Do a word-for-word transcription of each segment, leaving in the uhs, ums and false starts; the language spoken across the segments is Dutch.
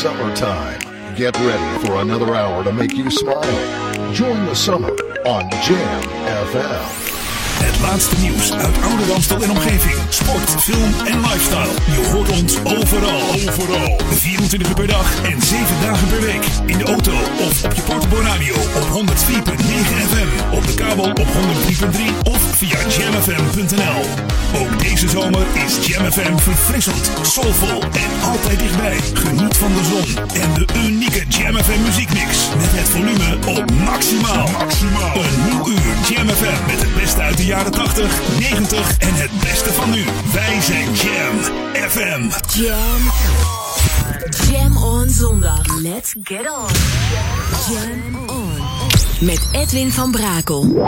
summertime. Get ready for another hour to make you smile. Join the summer on Jam F M. Het laatste nieuws uit Oude Amstel en omgeving. Sport, film en lifestyle. Je hoort ons overal. Overal. vierentwintig uur per dag en zeven dagen per week. In de auto of op je portable radio op honderd vier komma negen F M. Op de kabel op honderd drie komma drie of via jam f m punt n l. Ook deze zomer is Jam F M verfrissend, soulvol en altijd dichtbij. Geniet van de zon en de unieke Jam F M muziekmix. Met het volume op maximaal. maximaal. Een nieuw uur Jam F M met het beste uit de jaren tachtig, negentig en het beste van nu. Wij zijn Jam F M. Jam. Jam on zondag. Let's get on. Jam on. Met Edwin van Brakel.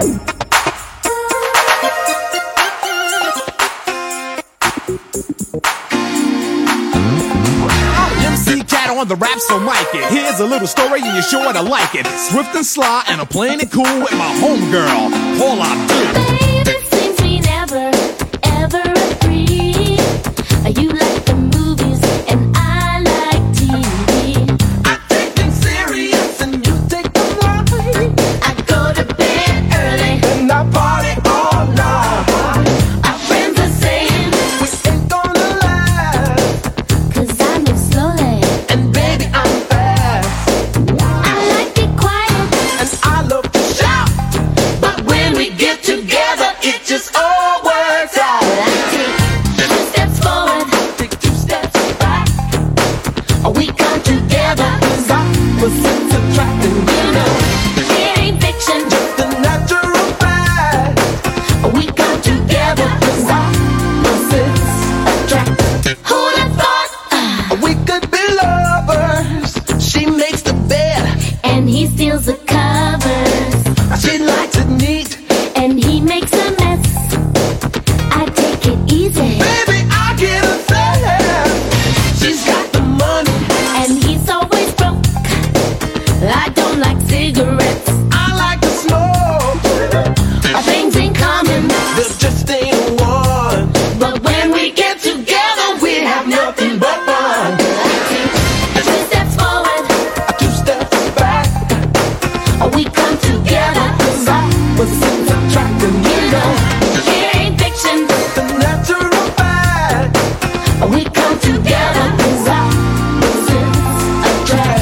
M C Cat on the rap, so mic it. Here's a little story and you're sure to like it. Swift and sly and I'm playing it cool with my homegirl, Paula Abdul. Baby, seems we never, ever agree. You like the movies and I like T V. I take them serious and you take them light. I go to bed early And I party all night. Our friends are saying We ain't gonna last. cause I move slowly And baby, I'm fast. I like it quiet And I love to shout. but when we get together It just all works out. I take two steps forward Take two steps back. we come together Cause opposites attract and you you know know it ain't fiction the natural fact. we come together Cause opposites attract. who'd have thought We could be lovers. She makes the bed. and he steals the covers She likes it neat. and he makes a mess. I take it easy, Baby, I get upset. She's got the money. and he's always broke. I don't like cigarettes, I like to smoke. our things in common. There just ain't one. But when we get together, We have nothing but fun. I take two steps forward, Two steps back. we come together. Cause opposites attract and You you know, know it ain't fiction. the natural fact. We come together. Cause opposites attract.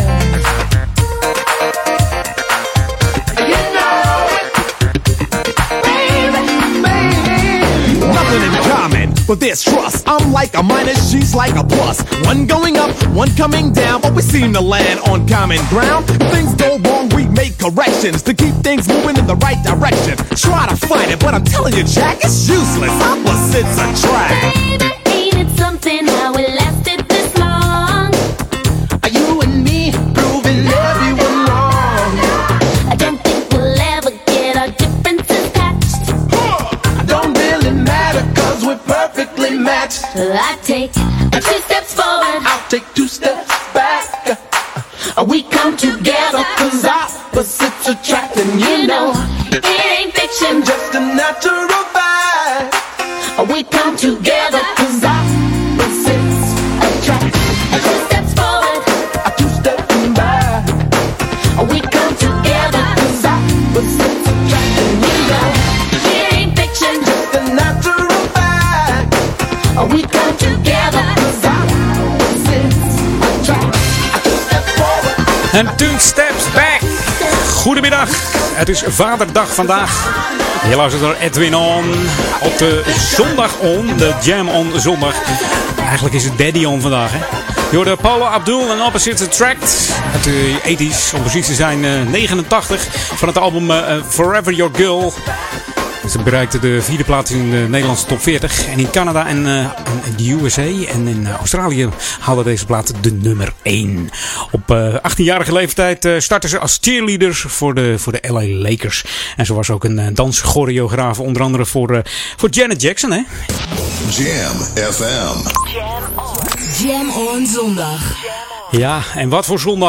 You know it. Baby, baby. Nothing in common, but there's trust. I'm like a minus, she's like a plus. One going up, one coming down, but we seem to land on common ground. If things go wrong, we make corrections to keep things moving in the right direction. Try to fight it, but I'm telling you, Jack, it's useless. Opposites attract. Baby, ain't it something how it lasted this long? Are you and me proving everyone wrong? I don't think we'll ever get our differences patched. Don't really matter, cause we're perfectly matched. I take two steps forward, I'll take two steps back. we come together. Cause opposites attract and you You know, know it ain't fiction. just a natural fact. We come together. Cause opposites attract. Two steps forward, Two steps back. we come together. Cause opposites attract and you know It ain't fiction. the natural fact. We come together. Cause opposites attract. Two steps forward. En two steps back. Goedemiddag, het is Vaderdag vandaag. Je luistert naar Edwin On op de zondag on, de Jam On zondag. Eigenlijk is het Daddy On vandaag, hè. Je hoorde Paula Abdul en Opposites Attract uit de eighties, om precies te zijn uh, negenentachtig, van het album uh, Forever Your Girl. Ze bereikten de vierde plaats in de Nederlandse top veertig. En in Canada en uh, in de U S A en in Australië haalde deze plaat de nummer één. Op uh, achttienjarige leeftijd uh, startte ze als cheerleaders voor de, voor de L A Lakers. En ze was ook een uh, danschoreograaf, onder andere voor, uh, voor Janet Jackson, hè? Jam F M. Jam on zondag. Ja, en wat voor zondag.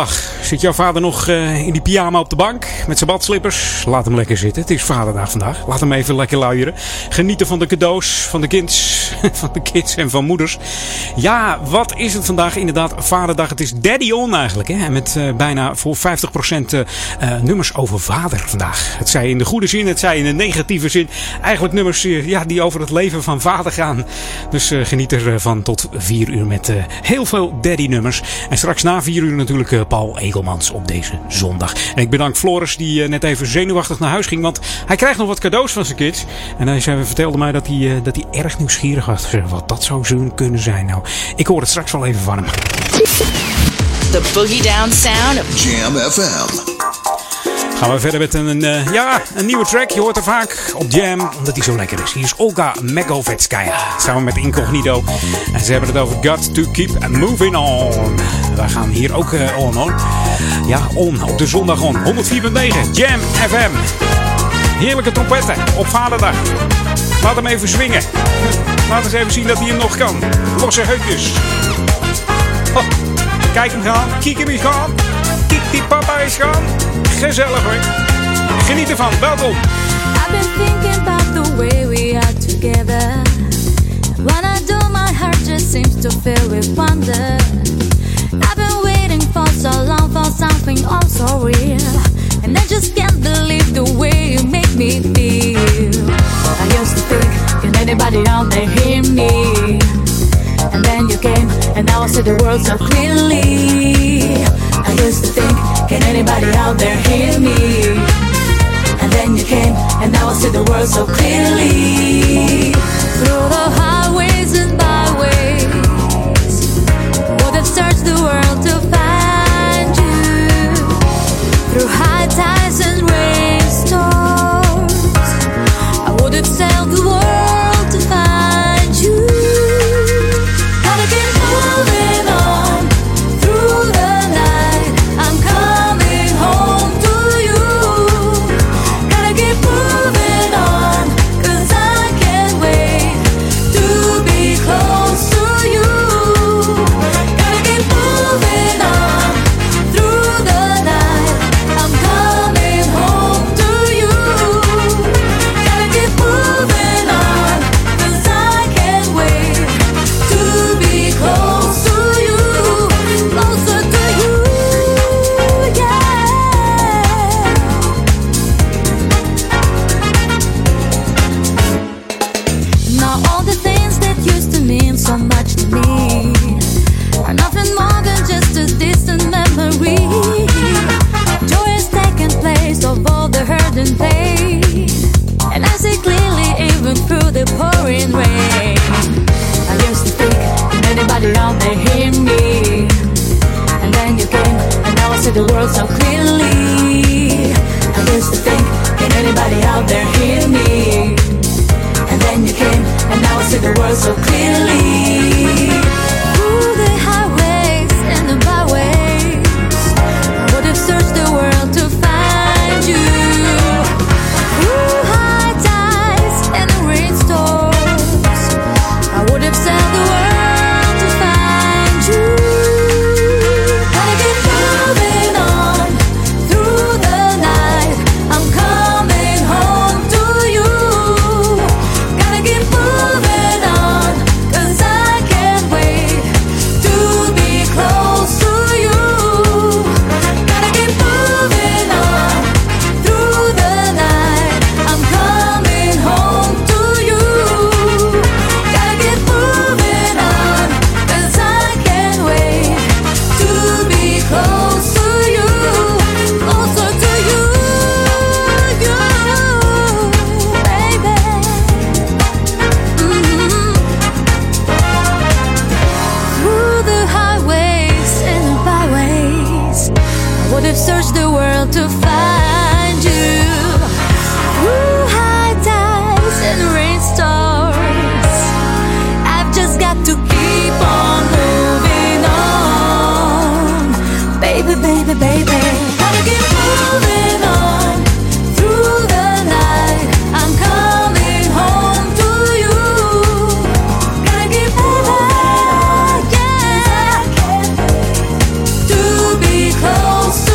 Zit jouw vader nog uh, in die pyjama op de bank met zijn badslippers? Laat hem lekker zitten. Het is vaderdag vandaag. Laat hem even lekker luieren. Genieten van de cadeaus, van de kids, van de kids en van moeders. Ja, wat is het vandaag? Inderdaad, vaderdag. Het is Daddy On eigenlijk. Hè? En met uh, bijna voor vijftig procent uh, uh, nummers over vader vandaag. Het zij in de goede zin, het zij in de negatieve zin. Eigenlijk nummers uh, ja, die over het leven van vader gaan. Dus uh, geniet ervan tot vier uur met uh, heel veel Daddy nummers. En straks na vier uur natuurlijk uh, Paul Egelmans op deze zondag. En ik bedank Floris die uh, net even zenuwachtig naar huis ging. Want hij krijgt nog wat cadeaus van zijn kids. En hij zei, vertelde mij dat hij, uh, dat hij erg nieuwsgierig was. Wat dat zou kunnen zijn. Nou, ik hoor het straks wel even van hem. The Boogie Down Sound of Jam F M. Gaan we verder met een, uh, ja, een nieuwe track. Je hoort er vaak op Jam, omdat hij zo lekker is. Hier is Olga Megovetskaya, samen met Incognito. En ze hebben het over Got to Keep Moving On. Wij gaan hier ook uh, on, on. Ja, on, op de zondag on. honderd vier punt negen, Jam F M. Heerlijke trompetten op vaderdag. Laat hem even swingen. Laat eens even zien dat hij hem nog kan. Losse heupjes. Oh, kijk hem gaan, kijk hem eens gaan. Kijk die papa eens gaan. Gezellig hoor. Geniet ervan. Welkom. I've been thinking about the way we are together. When I do, my heart just seems to fill with wonder. I've been waiting for so long for something all so real. And I just can't believe the way you make me feel. I used to think, can anybody out there hear me? And then you came, and now I see the world so clearly. I used to think, can anybody out there hear me? And then you came, and now I see the world so clearly. Through the highways and byways, would have searched the world to find you. Through high tides and rainstorms, I would have sailed the world to find you. Gotta keep moving on through the night. I'm coming home to you. Gotta keep moving on, 'cause I can't wait to be close to you. Gotta keep moving on through the night. I'm coming home to you. Gotta keep moving on, 'cause I can't wait to be close to you. Closer to you, yeah. Now all the things that used to mean so much to me are nothing more than just a distant memory. Joy has taken place of all the hurt and pain, and I see clearly even through the pouring rain. I used to think, can anybody out there hear me? And then you came, and now I see the world so clearly. I used to think, can anybody out there hear me? And then you came, and now I see the world so clearly. Through the highways and the byways, I would have searched the world to find you. Through high tides and the rainstorms, I would have sailed the world to find you. Gotta keep moving on through the night. I'm coming home to you. Gotta keep moving on, 'cause I can't wait to be close to you. Gotta keep moving on through the night. I'm coming home to you. Gotta keep moving on, 'cause I can't wait to be close to you. Closer to you, you, baby. Mhm. Through the highways and the byways, I would have searched the world to find you. Through high tides and rainstorms, I've just got to keep on moving on. Baby, baby, baby, gotta keep moving on through the night. I'm coming home to you. Gotta keep moving on, yeah. To be close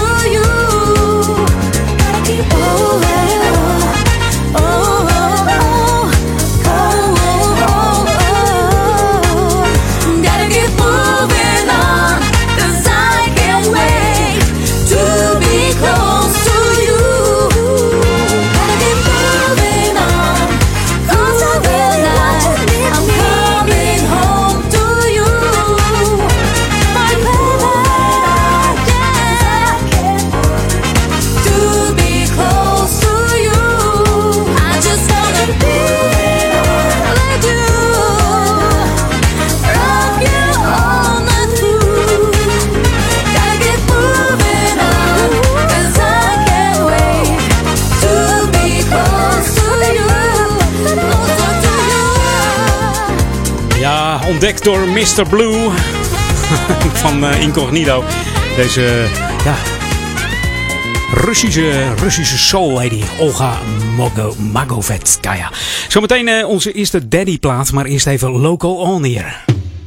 Ontdekt door mister Blue van uh, Incognito. Deze uh, ja, Russische, Russische soul lady Olga Magovetskaya. Zometeen uh, onze eerste daddy plaat, maar eerst even Local On hier.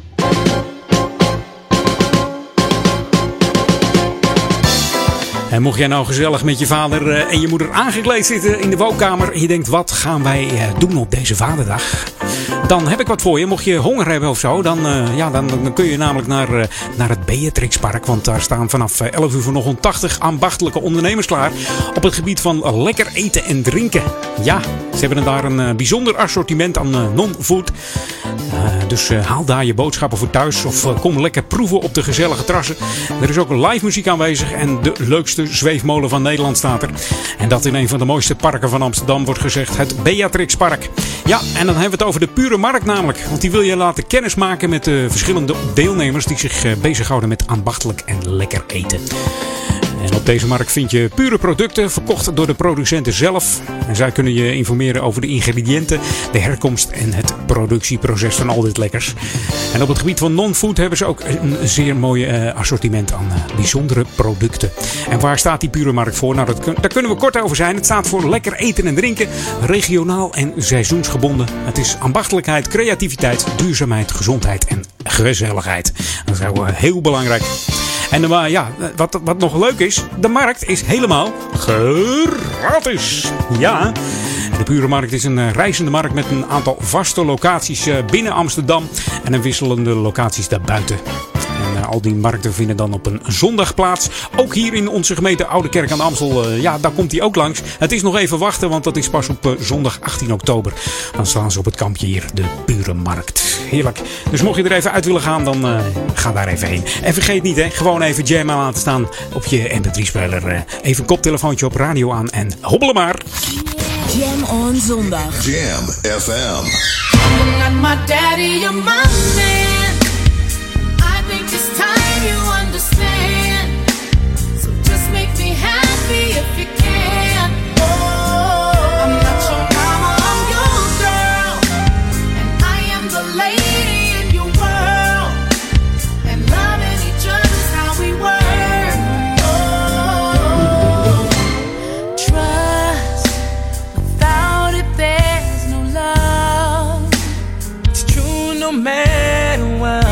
En mocht jij nou gezellig met je vader uh, en je moeder aangekleed zitten in de woonkamer en je denkt, wat gaan wij uh, doen op deze vaderdag? Dan heb ik wat voor je. Mocht je honger hebben of zo, dan, uh, ja, dan, dan kun je namelijk naar, uh, naar het Beatrixpark. Want daar staan vanaf elf uur vanochtend tachtig ambachtelijke ondernemers klaar op het gebied van lekker eten en drinken. Ja, ze hebben daar een uh, bijzonder assortiment aan uh, non-food. Uh, dus uh, haal daar je boodschappen voor thuis of uh, kom lekker proeven op de gezellige terrassen. Er is ook live muziek aanwezig en de leukste zweefmolen van Nederland staat er. En dat in een van de mooiste parken van Amsterdam wordt gezegd, het Beatrixpark. Ja, en dan hebben we het over de Pure Markt namelijk. Want die wil je laten kennismaken met de verschillende deelnemers die zich uh, bezighouden met ambachtelijk en lekker eten. En op deze markt vind je pure producten, verkocht door de producenten zelf. En zij kunnen je informeren over de ingrediënten, de herkomst en het productieproces van al dit lekkers. En op het gebied van non-food hebben ze ook een zeer mooi uh, assortiment aan uh, bijzondere producten. En waar staat die Pure Markt voor? Nou, dat kun, daar kunnen we kort over zijn. Het staat voor lekker eten en drinken, regionaal en seizoensgebonden. Het is ambachtelijkheid, creativiteit, duurzaamheid, gezondheid en gezelligheid. Dat is uh, heel belangrijk. En uh, ja, wat, wat nog leuk is, de markt is helemaal gratis. Ja, de Pure Markt is een uh, reizende markt met een aantal vaste locaties uh, binnen Amsterdam en een wisselende locaties daarbuiten. En uh, al die markten vinden dan op een zondag plaats. Ook hier in onze gemeente Oude Kerk aan de Amstel. Uh, ja, daar komt hij ook langs. Het is nog even wachten, want dat is pas op uh, zondag achttien oktober. Dan staan ze op het kampje hier, de Pure Markt. Heerlijk. Dus mocht je er even uit willen gaan, dan uh, ga daar even heen. En vergeet niet, hè, gewoon even Jam aan laten staan op je M P drie speler. Uh, even een koptelefoontje op radio aan en hobbelen maar. Jam on zondag. Jam F M. You're not my daddy, you're my man. I think it's time you understand. So just make me happy if you can. Oh, I'm not your mama, I'm your girl. And I am the lady in your world. And loving each other's how we work. Oh, trust, without it there's no love. It's true no matter what.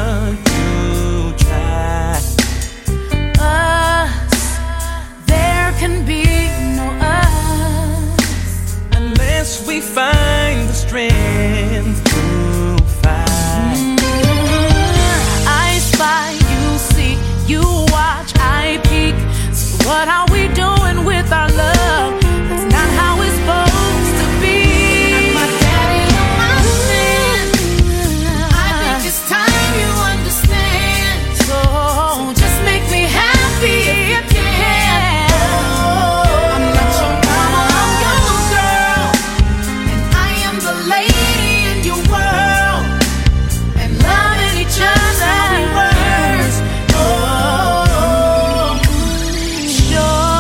We find the strength to fight. Mm-hmm. I spy, you see, you watch, I peek. So what are we doing with our love? That's not how it's supposed to be. You're not my daddy, you're my man. I think it's time you understand. So just make me happy if you can. Oh, I'm not your mama, I'm your girl. The lady in your world, and loving each other we words. Oh, sure.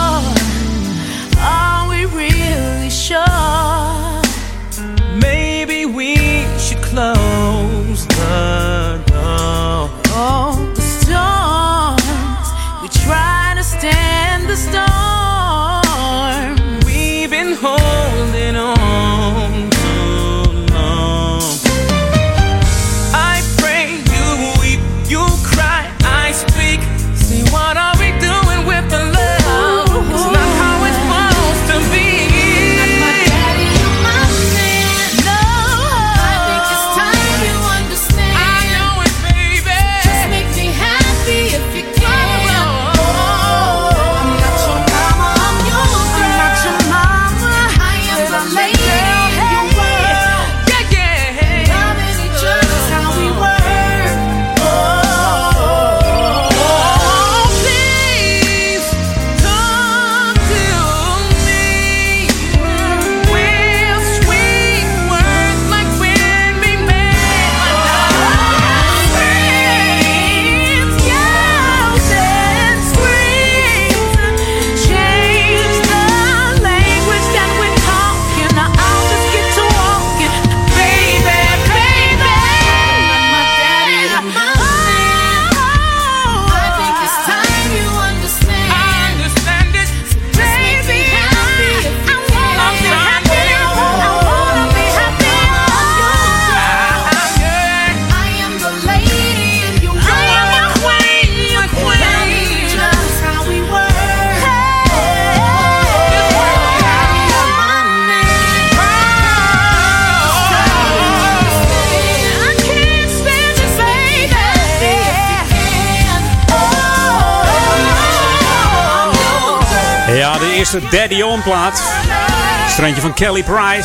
Ja, de eerste Daddy On plaat. Strandje van Kelly Price.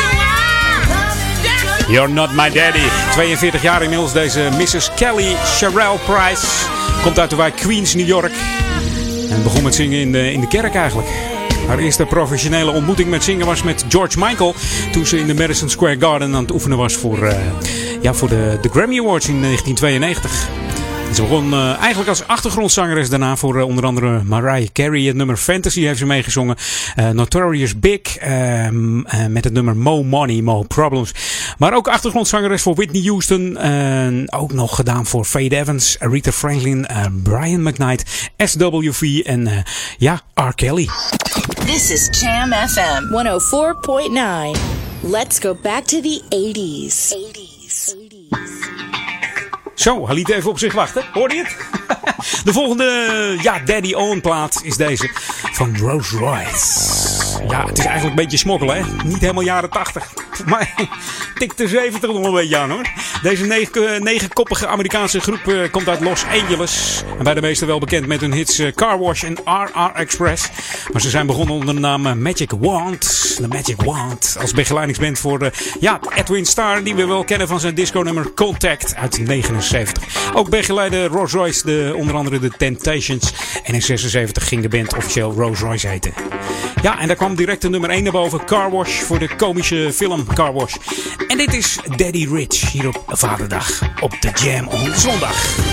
You're Not My Daddy. tweeënveertig jaar inmiddels deze missus Kelly Sherelle Price. Komt uit de wijk Queens, New York. En begon met zingen in de, in de kerk eigenlijk. Haar eerste professionele ontmoeting met zingen was met George Michael. Toen ze in de Madison Square Garden aan het oefenen was voor, uh, ja, voor de, de Grammy Awards in negentien tweeënnegentig. Ze begon uh, eigenlijk als achtergrondzangeres daarna voor uh, onder andere Mariah Carey. Het nummer Fantasy heeft ze meegezongen. Uh, Notorious Big uh, uh, met het nummer Mo Money, Mo Problems. Maar ook achtergrondzangeres voor Whitney Houston. Uh, ook nog gedaan voor Faith Evans, Aretha Franklin, uh, Brian McKnight, S W V en uh, ja, R. Kelly. This is Jam F M honderdvier komma negen. Let's go back to the eighties. eighties. Zo, hij liet even op zich wachten. Hoorde je het? De volgende, ja, Daddy On plaat is deze van Rolls Royce. Ja, het is eigenlijk een beetje smokkelen, hè? Niet helemaal jaren tachtig. Maar tik de zeventig nog een beetje aan, hoor. Deze negen, negenkoppige Amerikaanse groep uh, komt uit Los Angeles. En bij de meesten wel bekend met hun hits uh, Car Wash en R R Express. Maar ze zijn begonnen onder de naam uh, Magic Wand. De Magic Wand. Als begeleidingsband voor uh, ja, Edwin Starr, die we wel kennen van zijn disco-nummer Contact uit negenenzeventig. Ook begeleidde Rolls Royce de, onder andere de Temptations. En in zesenzeventig ging de band officieel Rolls Royce heten. Ja, en daar kwam direct de nummer één naar boven. Car Wash voor de komische film Car Wash. En dit is Daddy Rich hier op Vaderdag op de Jam on Zondag.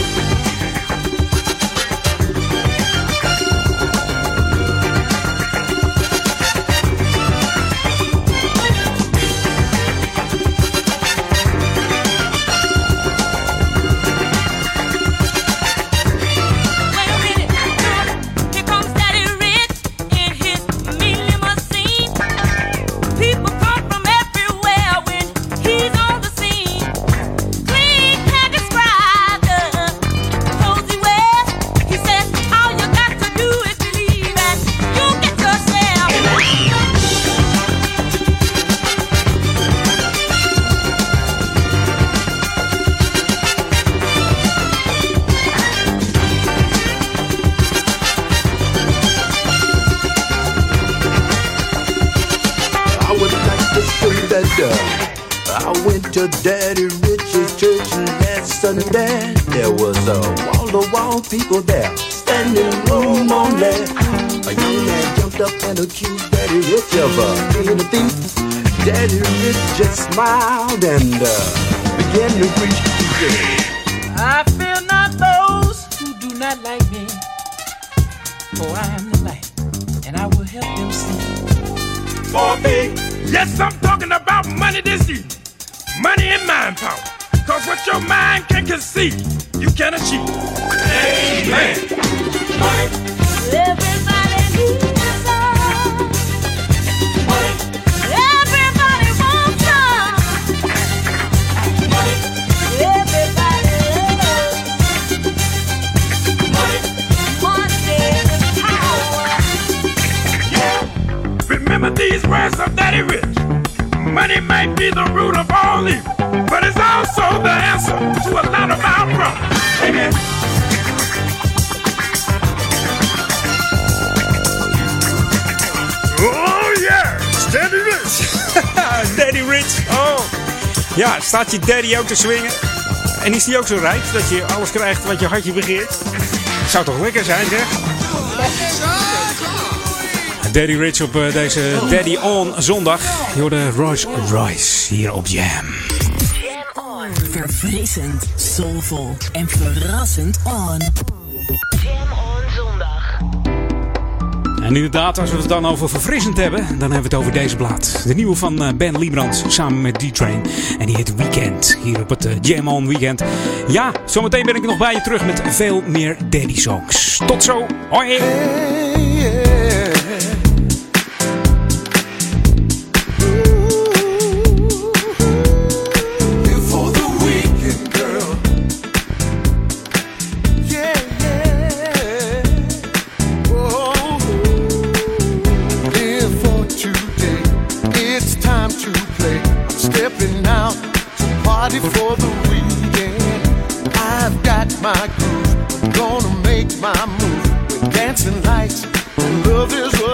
I went to Daddy Rich's church last Sunday. There was a wall-to-wall people there, standing room only. A young man jumped up and accused Daddy Rich of uh, being a thief. Daddy Rich just smiled and uh, began to preach. I fear not those who do not like me, for I am the light, and I will help them see. For me, yes, I'm talking about money this evening. Money and mind power. Cause what your mind can conceive, you can achieve. Amen. Money. Everybody needs some. Money. Everybody wants some. Money. Everybody loves Money. money and power. Yeah. Remember these words of Daddy Rich. Money might be the root of all evil, but it's also the answer to a lot of our problems. Amen. Oh yeah, Daddy Rich. Daddy Rich. Oh. Ja, staat je daddy ook te swingen? En is die ook zo rijk dat je alles krijgt wat je hartje begeert? Zou toch lekker zijn, zeg? Daddy Rich op uh, deze Daddy On zondag. Je hoorde Rolls Royce hier op Jam. Jam on. Verfrissend, soulvol en verrassend on. Jam on zondag. En inderdaad, als we het dan over verfrissend hebben, dan hebben we het over deze plaat. De nieuwe van uh, Ben Liebrand samen met D-Train. En die heet Weekend, hier op het uh, Jam On Weekend. Ja, zometeen ben ik nog bij je terug met veel meer Daddy songs. Tot zo, hoi! Hey, yeah. For the weekend, I've got my groove. I'm gonna make my move with dancing lights and love is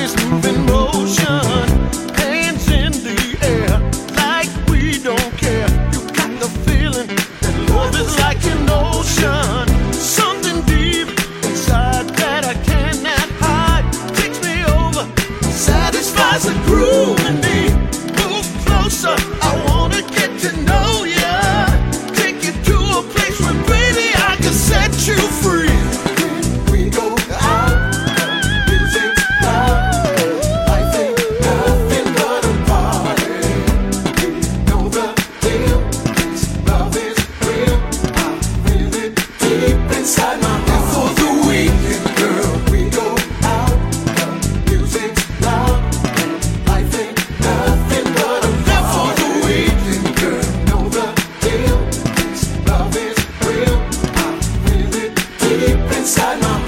body's moving motion, hands in the air, like we don't care. You got the feeling that love is like an ocean, something deep inside that I cannot hide. Takes me over, satisfies the groove in me. Move closer, I wanna get to know ya. Take you to a place where baby I can set you free. We go out, music loud, life ain't nothing but a party. You know the deal, this love is real. I feel it deep inside my heart. For the weekend, girl, we go out, music's loud, life ain't nothing but a party. For the weekend, girl, know the deal, this love is real. I feel it deep inside my heart.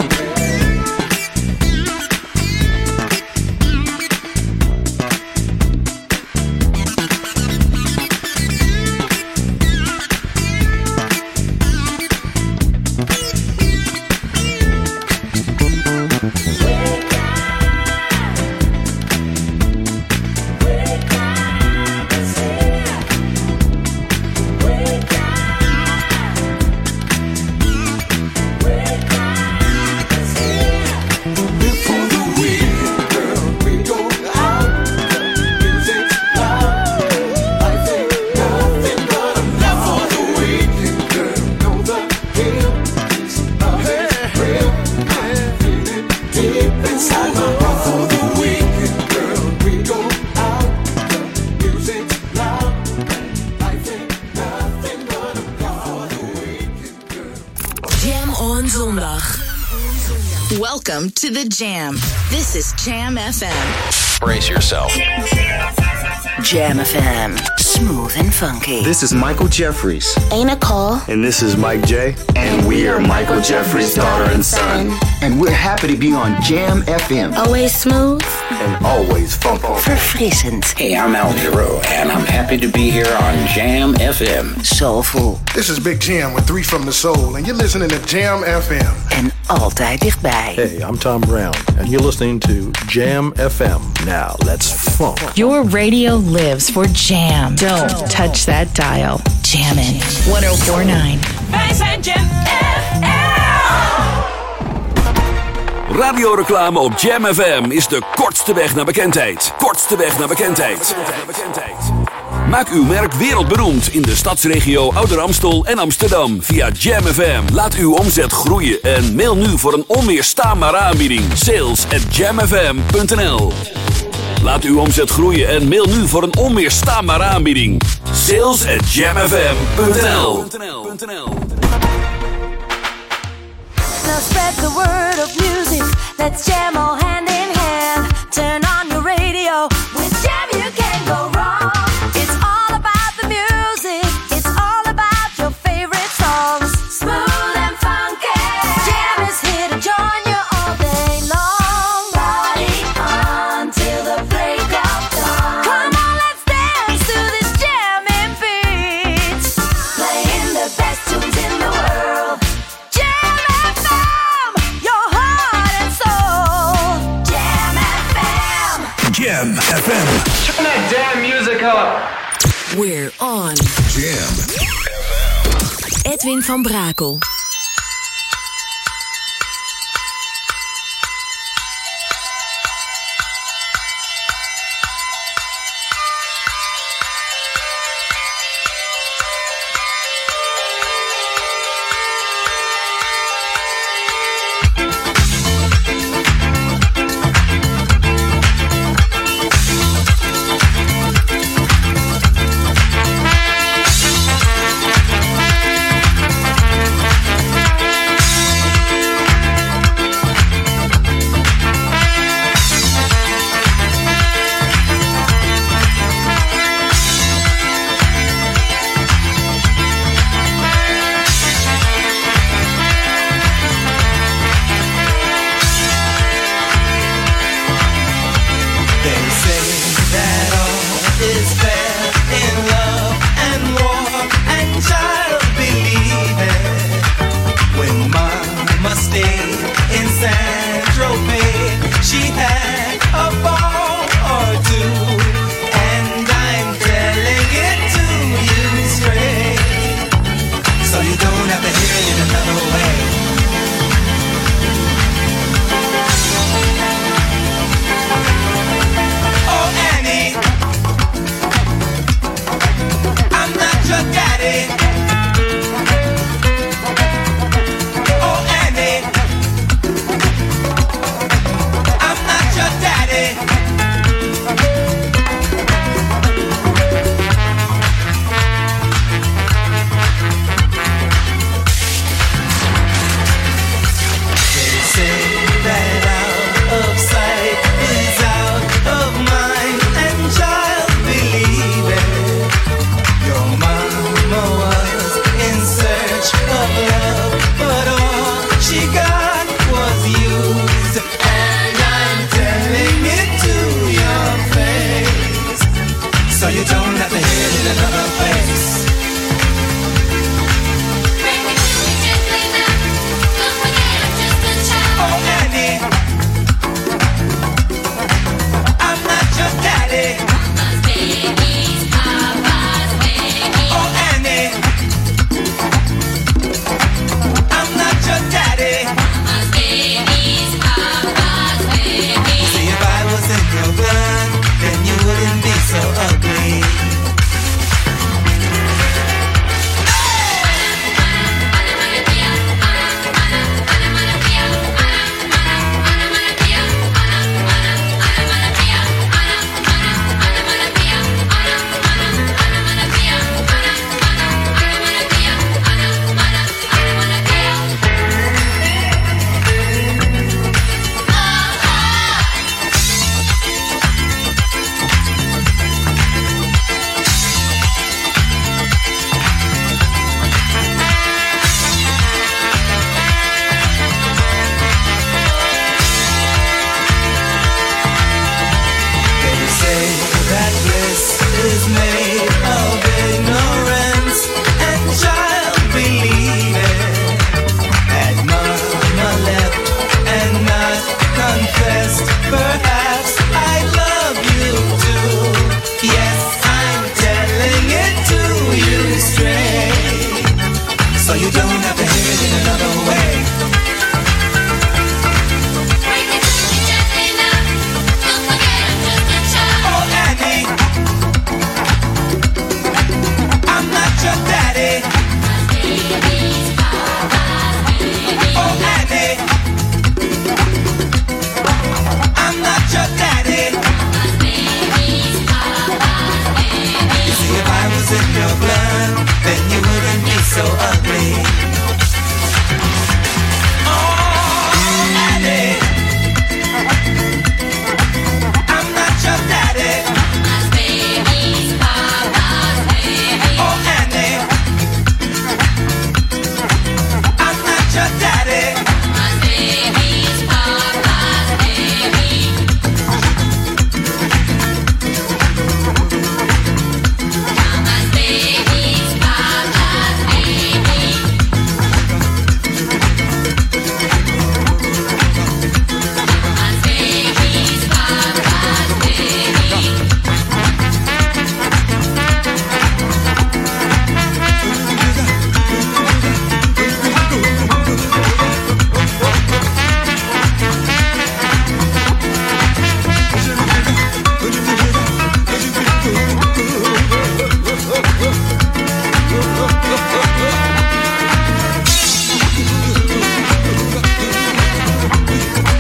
For the weekend, girl, we go out, music's loud, life ain't nothing but a for the weekend, girl, know the deal, this love is real. I feel it deep inside my heart. For the weekend, girl, we go out, music's loud, life ain't nothing but a for the weekend, girl. Jam on zondag. Welcome to the Jam. This is Jam F M. Brace yourself. Jam F M. Smooth and funky. This is Michael Jeffries. Hey, Nicole. And this is Mike J. And we are Michael Jeffries' daughter and son. And we're happy to be on Jam F M. Always smooth. And always funky. Verfrissend. Hey, I'm Al Giro, and I'm happy to be here on Jam F M. Soulful. This is Big Jam with Three from the Soul, and you're listening to Jam F M. En altijd dichtbij. Hey, I'm Tom Brown, and you're listening to Jam F M. Now, let's funk. Your radio lives for Jam. Don't touch that dial. Jammin'. ten forty-nine. Wij zijn Jam F M. Radioreclame op Jam F M is de kortste weg naar bekendheid. Kortste weg naar bekendheid. Maak uw merk wereldberoemd in de stadsregio Ouder Amstel en Amsterdam via Jam F M. Laat uw omzet groeien en mail nu voor een onweerstaanbare aanbieding. Sales at jamfm punt n l. Laat uw omzet groeien en mail nu voor een onweerstaanbare aanbieding. Sales at jamfm punt n l. Now spread the word of music. Let's jam all hand in hand. Turn on your radio. With Jam you can't go wrong. It's all about the music. It's all about your favorite songs. Smooth and funky. Jam is here to join you all day long. Party on till the break of dawn. Come on, let's dance to this jamming beat. Playing the best tunes in the world. Jam F M, your heart and soul. Jam F M. Jam F M. Turn that damn music up. We're on Jam F M. Edwin van Brakel. She had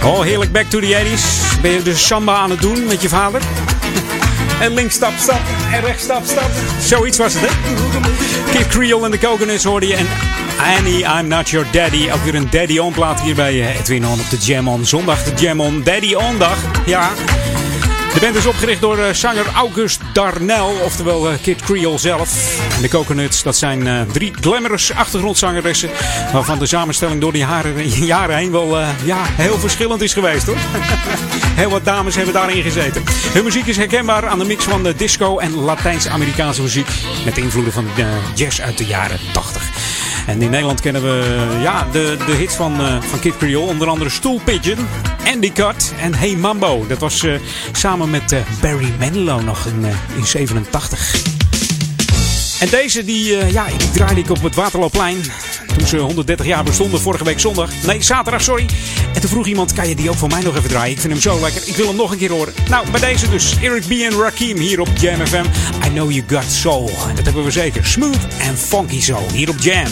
Oh, heerlijk, back to the eighties. Ben je de samba aan het doen met je vader? En links stap, stap. En rechts stap, stap. Zoiets was het, hè? Kid Creole en de Coconuts hoorde je. En Annie, I'm Not Your Daddy. Ook weer een Daddy On plaat hier bij Edwin On op de Jam On. Zondag de Jam On Daddy On dag. Ja. De band is opgericht door uh, zanger August Darnell, oftewel uh, Kid Creole zelf. En de Coconuts, dat zijn uh, drie glamorous achtergrondzangeressen, waarvan de samenstelling door de jaren, jaren heen wel uh, ja, heel verschillend is geweest, hoor. Heel wat dames hebben daarin gezeten. Hun muziek is herkenbaar aan de mix van de disco en Latijns-Amerikaanse muziek, met invloeden van uh, jazz uit de jaren tachtig. En in Nederland kennen we ja, de, de hits van, uh, van Kid Creole. Onder andere Stool Pigeon, Andy Cut en Hey Mambo. Dat was uh, samen met uh, Barry Manilow nog in, uh, in zevenentachtig. En deze die, uh, ja, die draaide ik op het Waterloopplein. Toen ze honderddertig jaar bestonden, vorige week zondag. Nee, zaterdag, sorry. En toen vroeg iemand, kan je die ook voor mij nog even draaien? Ik vind hem zo lekker. Ik wil hem nog een keer horen. Nou, bij deze dus. Eric B. en Rakim hier op Jam F M. I Know You Got Soul. En dat hebben we zeker. Smooth en funky soul hier op Jam.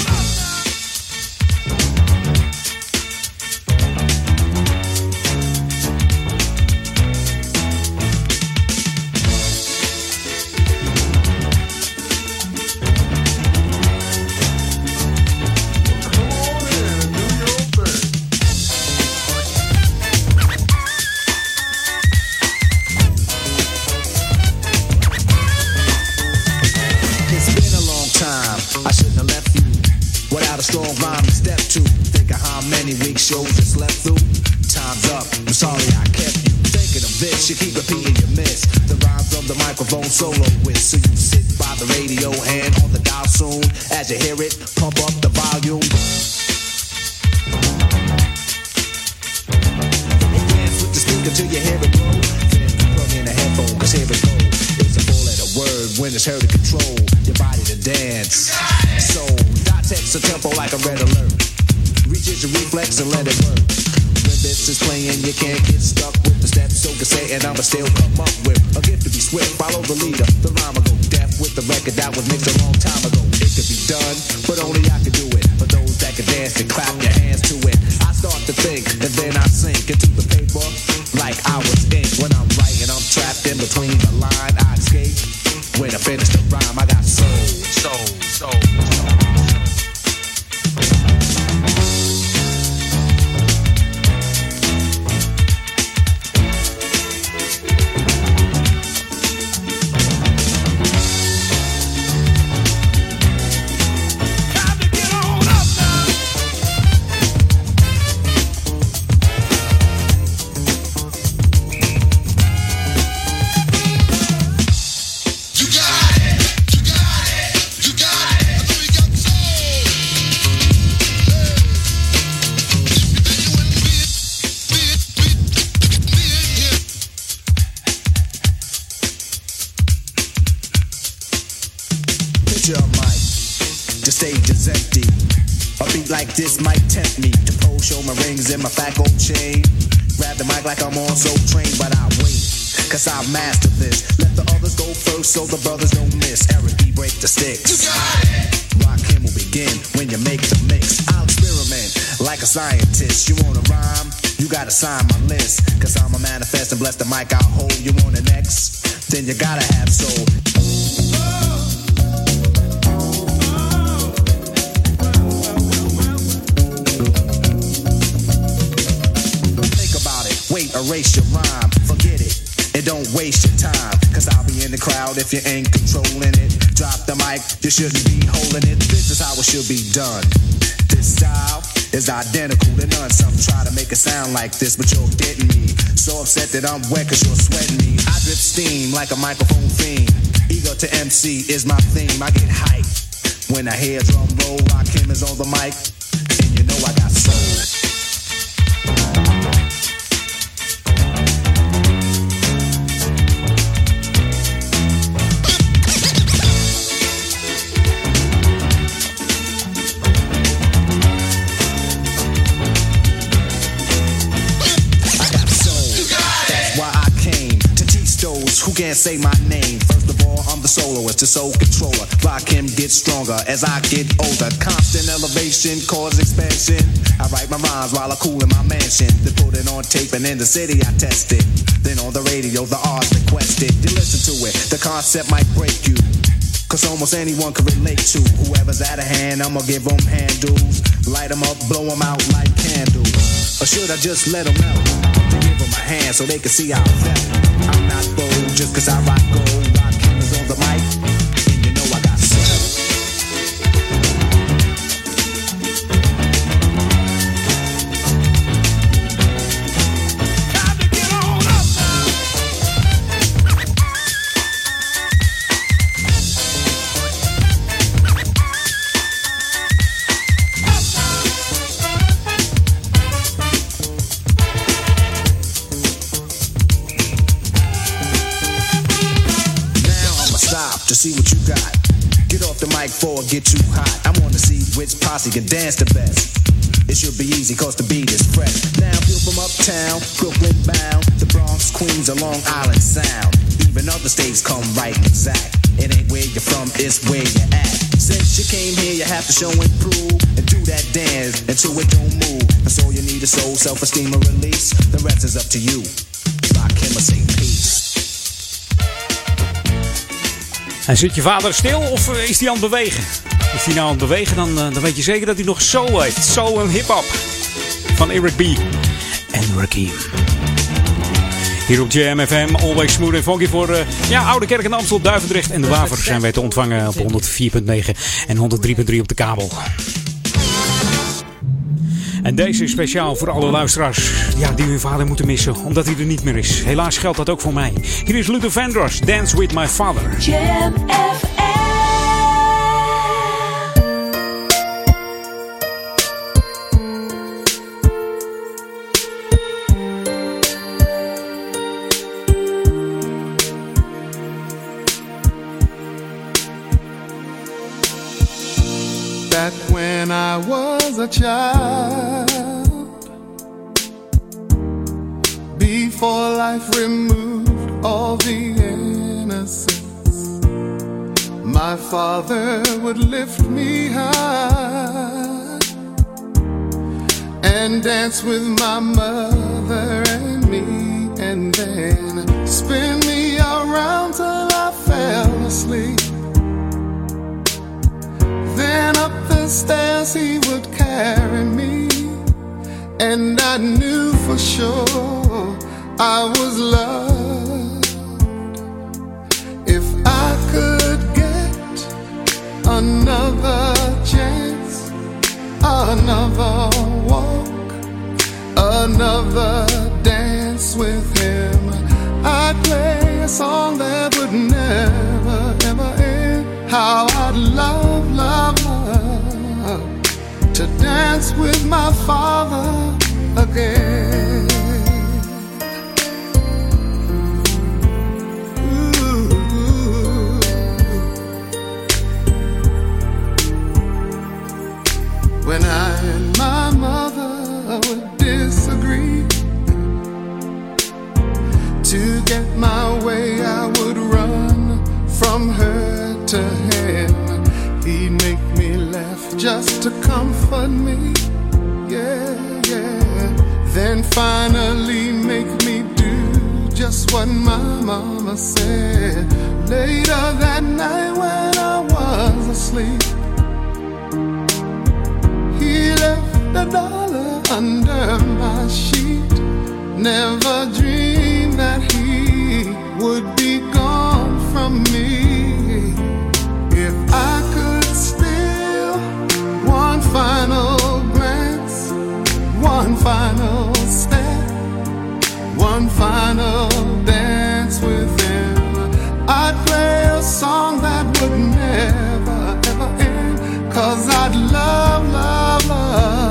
Soloist, so you sit by the radio and on the dial soon. As you hear it, pump up the volume. And dance with the speaker till you hear it blow. Then plug in a headphone, cause here it go. It's a four letter word when it's heard to control your body to dance. So, dot text a tempo like a red alert. Reaches your reflex and let it work. When this is playing, you can't get stuck with the steps. So say, and I'ma still come up with a gift to be swift. Follow the leader, the rhyme will go deaf with the record that was mixed a long time ago. It could be done, but only I could do it. For those that can dance and clap your hands to it. I start to think, and then I sink into the paper like I was ink. When I'm writing, I'm trapped in between the line. I escape. When I finish the rhyme, I got soul, soul, soul, soul. Like this might tempt me to pose, show my rings and my fat gold chain. Grab the mic like I'm on Soul Train, but I wait, cause I master this. Let the others go first so the brothers don't miss. Eric B, break the sticks. You got it. Rock him will begin when you make the mix. I'll experiment like a scientist. You wanna rhyme? You gotta sign my list. Cause I'm a manifest and bless the mic I'll hold. You want an X? Then you gotta have soul. Wait, erase your rhyme, forget it, and don't waste your time. Cause I'll be in the crowd if you ain't controlling it. Drop the mic, you shouldn't be holding it. This is how it should be done. This style is identical to none. Some try to make it sound like this, but you're getting me. So upset that I'm wet cause you're sweating me. I drip steam like a microphone fiend. Ego to M C is my theme. I get hyped when I hear drum roll. Rakim is on the mic, and you know I got soul. Who can't say my name? First of all, more, I'm the soloist, the soul controller. Rock him, get stronger as I get older. Constant elevation, cause expansion. I write my rhymes while I cool in my mansion. Then put it on tape and in the city I test it. Then on the radio, the R's requested. You listen to it, the concept might break you. Cause almost anyone can relate to whoever's out of hand, I'ma give them handles. Light them up, blow them out like candles. Or should I just let them out? To give them a hand so they can see how I felt. I'm not bold just cause I rock gold. Rock cameras on the mic, and you know I got soul. Time to get on up. To see what you got. Get off the mic before it get too hot. I wanna see which posse can dance the best. It should be easy cause the beat is fresh. Now people from uptown, Brooklyn bound, the Bronx, Queens, or Long Island Sound. Even other states come right and exact. It ain't where you're from, it's where you're at. Since you came here, you have to show and prove and do that dance until it don't move. That's all you need is soul, self-esteem, and release. The rest is up to you. Rock him or say peace. En zit je vader stil of is hij aan het bewegen? Is hij nou aan het bewegen, dan, dan weet je zeker dat hij nog soul heeft. Soul en hip-hop. Van Eric B. en Rakim. Hier op Jam F M, always smooth en funky voor uh, ja, Oude Kerk en Amstel, Duivendrecht en de Waver zijn wij te ontvangen op honderd vier komma negen en honderd drie komma drie op de kabel. En deze is speciaal voor alle luisteraars ja, die hun vader moeten missen, omdat hij er niet meer is. Helaas geldt dat ook voor mij. Hier is Luther Vandross, Dance With My Father. Jam F M. Back when I was a child, before life removed all the innocence, my father would lift me high and dance with my mother and me, and then spin me around till I fell asleep. Then up the stairs he would carry me, and I knew for sure I was loved. If I could get another chance, another walk, another dance with him, I'd play a song that would never, ever end. How I'd love, love, love to dance with my father again. Ooh. When I and my mother would disagree, to get my way I would run from her to him. He'd make me laugh just to comfort me, yeah, yeah. Then finally make me do just what my mama said. Later that night when I was asleep, he left a dollar under my sheet. Never dreamed that he would be gone from me. If I could steal one final glance, one final step, one final dance with him, I'd play a song that would never, ever end. Cause I'd love, love,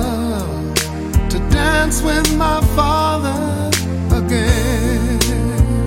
love to dance with my father again.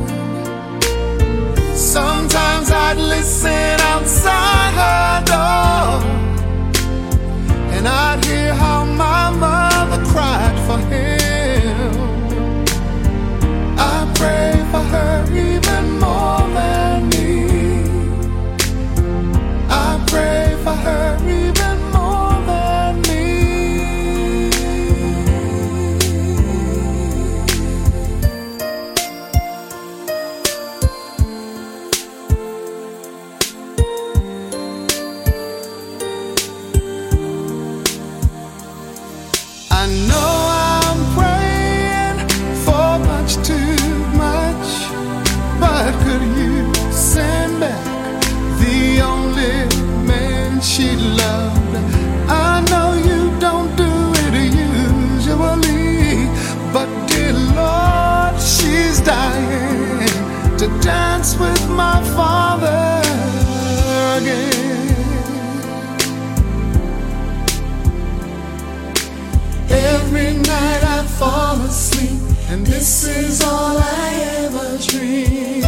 she loved. I know you don't do it usually, but dear Lord, she's dying to dance with my father again. Every night I fall asleep, and this is all I ever dream.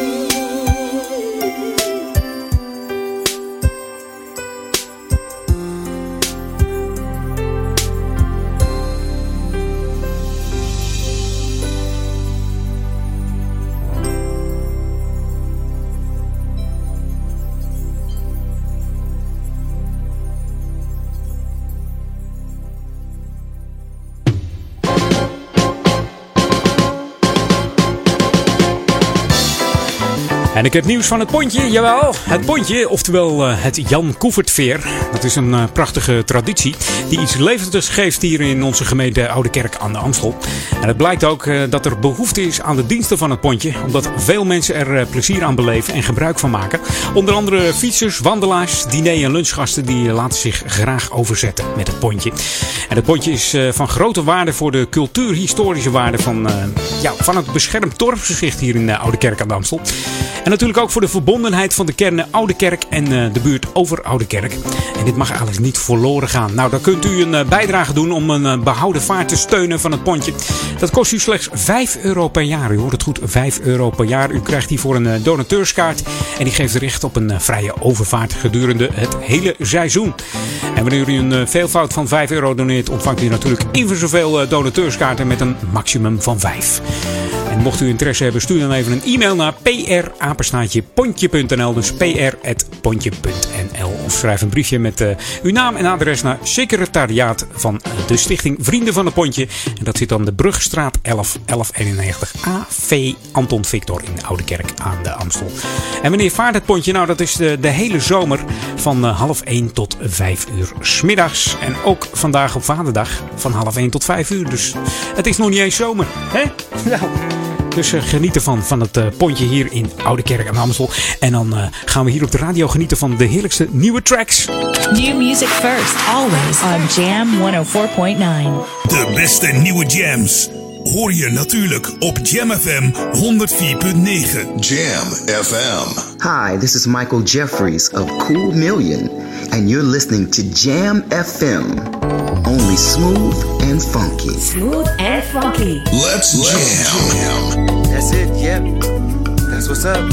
En ik heb nieuws van het Pontje, jawel. Het Pontje, oftewel uh, het Jan Koevertveer. Dat is een uh, prachtige traditie die iets levendigs geeft hier in onze gemeente Oudekerk aan de Amstel. En het blijkt ook uh, dat er behoefte is aan de diensten van het Pontje. Omdat veel mensen er uh, plezier aan beleven en gebruik van maken. Onder andere fietsers, wandelaars, diner- en lunchgasten die uh, laten zich graag overzetten met het Pontje. En het Pontje is uh, van grote waarde voor de cultuurhistorische waarde van, uh, ja, van het beschermd dorpsgezicht hier in uh, Oudekerk aan de Amstel. En natuurlijk ook voor de verbondenheid van de kernen Oudekerk en uh, de buurt over Oudekerk. En dit mag eigenlijk niet verloren gaan. Nou, dan kunt u een uh, bijdrage doen om een uh, behouden vaart te steunen van het Pontje. Dat kost u slechts vijf euro per jaar. U hoort het goed, vijf euro per jaar. U krijgt hiervoor een uh, donateurskaart. En die geeft recht op een uh, vrije overvaart gedurende het hele seizoen. En wanneer u een uh, veelvoud van vijf euro doneert, ontvangt u natuurlijk even zoveel uh, donateurskaarten met een maximum van vijf. En mocht u interesse hebben, stuur dan even een e-mail naar p r apenstaartje pontje punt n l. Dus p r at pontje punt n l. Of schrijf een briefje met uh, uw naam en adres naar secretariaat van de Stichting Vrienden van het Pontje. En dat zit dan de Brugstraat elf elf eenennegentig A V Anton Victor in Oudekerk aan de Amstel. En wanneer vaart het Pontje? Nou, dat is de, de hele zomer van uh, half één tot vijf uur 's middags. En ook vandaag op Vaderdag van half één tot vijf uur. Dus het is nog niet eens zomer, hè? Nou. Dus uh, geniet ervan van het uh, Pontje hier in Oudekerk aan de Amstel. En dan uh, gaan we hier op de radio genieten van de heerlijkste nieuwe tracks. New music first, always on Jam honderdvier punt negen. De beste nieuwe jams hoor je natuurlijk op Jam F M honderdvier punt negen. Jam F M. Hi, this is Michael Jeffries of Cool Million, and you're listening to Jam F M. Only smooth and funky. Smooth and funky. Let's, Let's jam. jam. That's it, yep. That's what's up.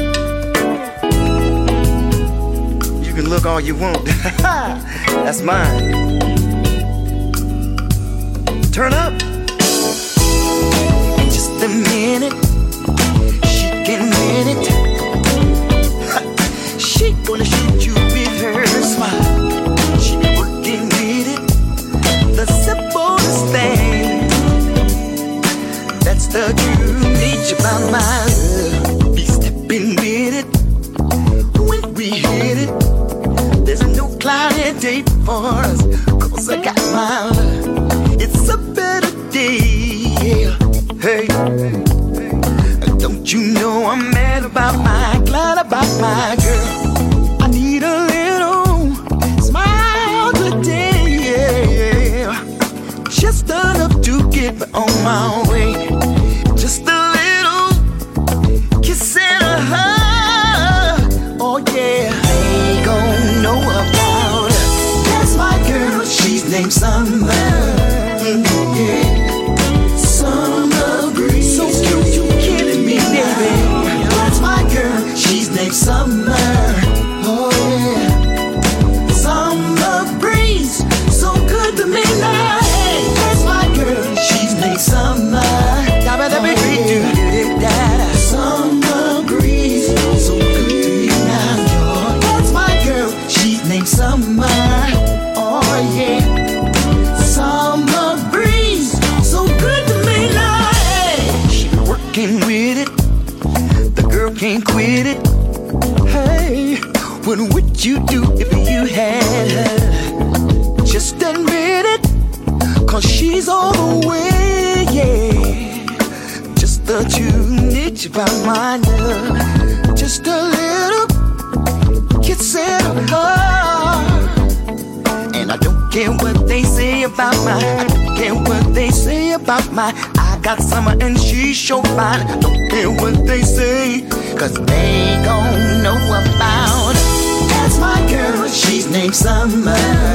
You can look all you want. That's mine. Turn up. In just a minute, she can win it. She gonna shoot you with her smile. She working with it. The simplest thing. That's the true nature about my love. Be stepping with it. When we hit it, there's no cloudy day for us. Cause I got my love. It's a better day. Yeah. Hey, don't you know I'm mad about my, glad about my girl. I need a little smile today. Yeah. Just enough to get me on my way. Just a little kiss and a hug. Oh yeah, they gon' know about her. That's my girl, she's named Summer. Mm-hmm, yeah. Summer breeze, so cute, you killing me, baby. That's my girl, she's named Summer. Oh yeah, summer breeze, so good to me now. Hey, that's my girl, she's named Summer. Summer breeze, so good to me now. That's my girl, she's named Summer. Oh yeah, summer breeze, so good to me now. Hey, she working with it, the girl can't quit it. Hey, what would you do if you had her? Just admit it, cause she's all the way, yeah. Just the true nature about my love. Just a little kissing of her. And I don't care what they say about my, I don't care what they say about my, I got summer and she's so fine. I don't care what they say, cause they gon' know about. That's my girl, she's named Summer.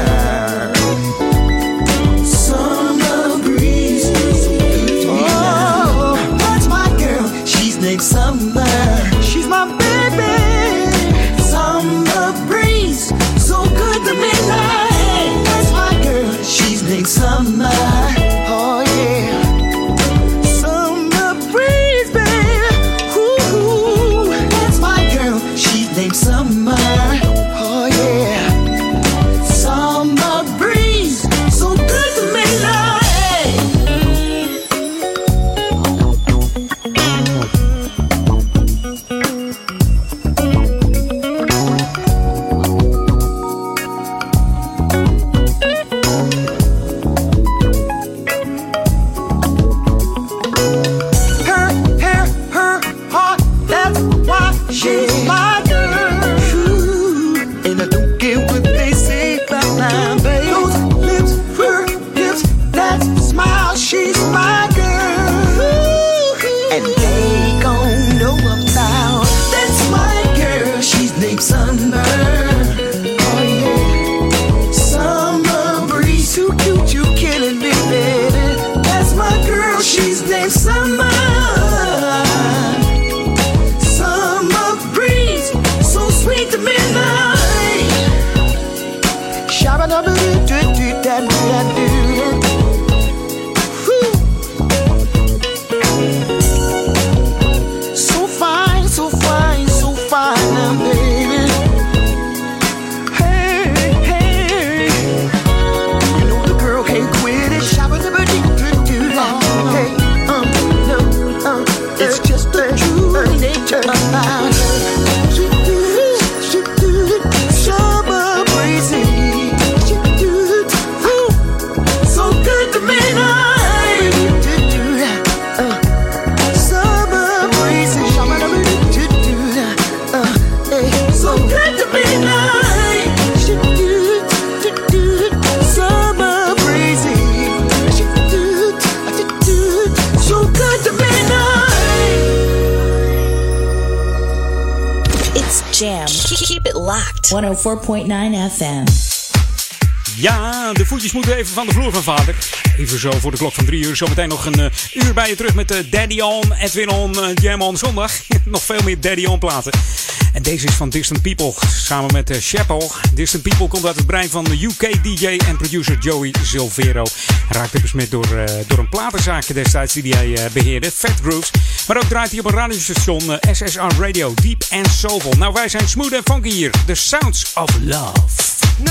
Summer breeze. Oh, that's my girl, she's named Summer. She's my baby. Summer breeze, so good to me. That's my girl, she's named Summer. Oh yeah. Summer breeze, baby. Ooh, that's my girl, she's named Summer. Oh yeah. Summer breeze, so good to me. honderdvier komma negen F M. Ja, de voetjes moeten even van de vloer van vader. Even zo voor de klok van drie uur. Zometeen nog een uh, uur bij je terug met uh, Daddy On, Edwin On, uh, Jam On zondag. Nog veel meer Daddy On platen. En deze is van Distant People, samen met uh, Chappell. Distant People komt uit het brein van de U K D J en producer Joey Silvero. Hij raakte besmet door, uh, door een platenzaak destijds die hij uh, beheerde, Fat Grooves. Maar ook draait hij op een radiostation, uh, S S R Radio, Deep and Soulful. Nou, wij zijn smooth en funky hier. The Sounds of Love. No.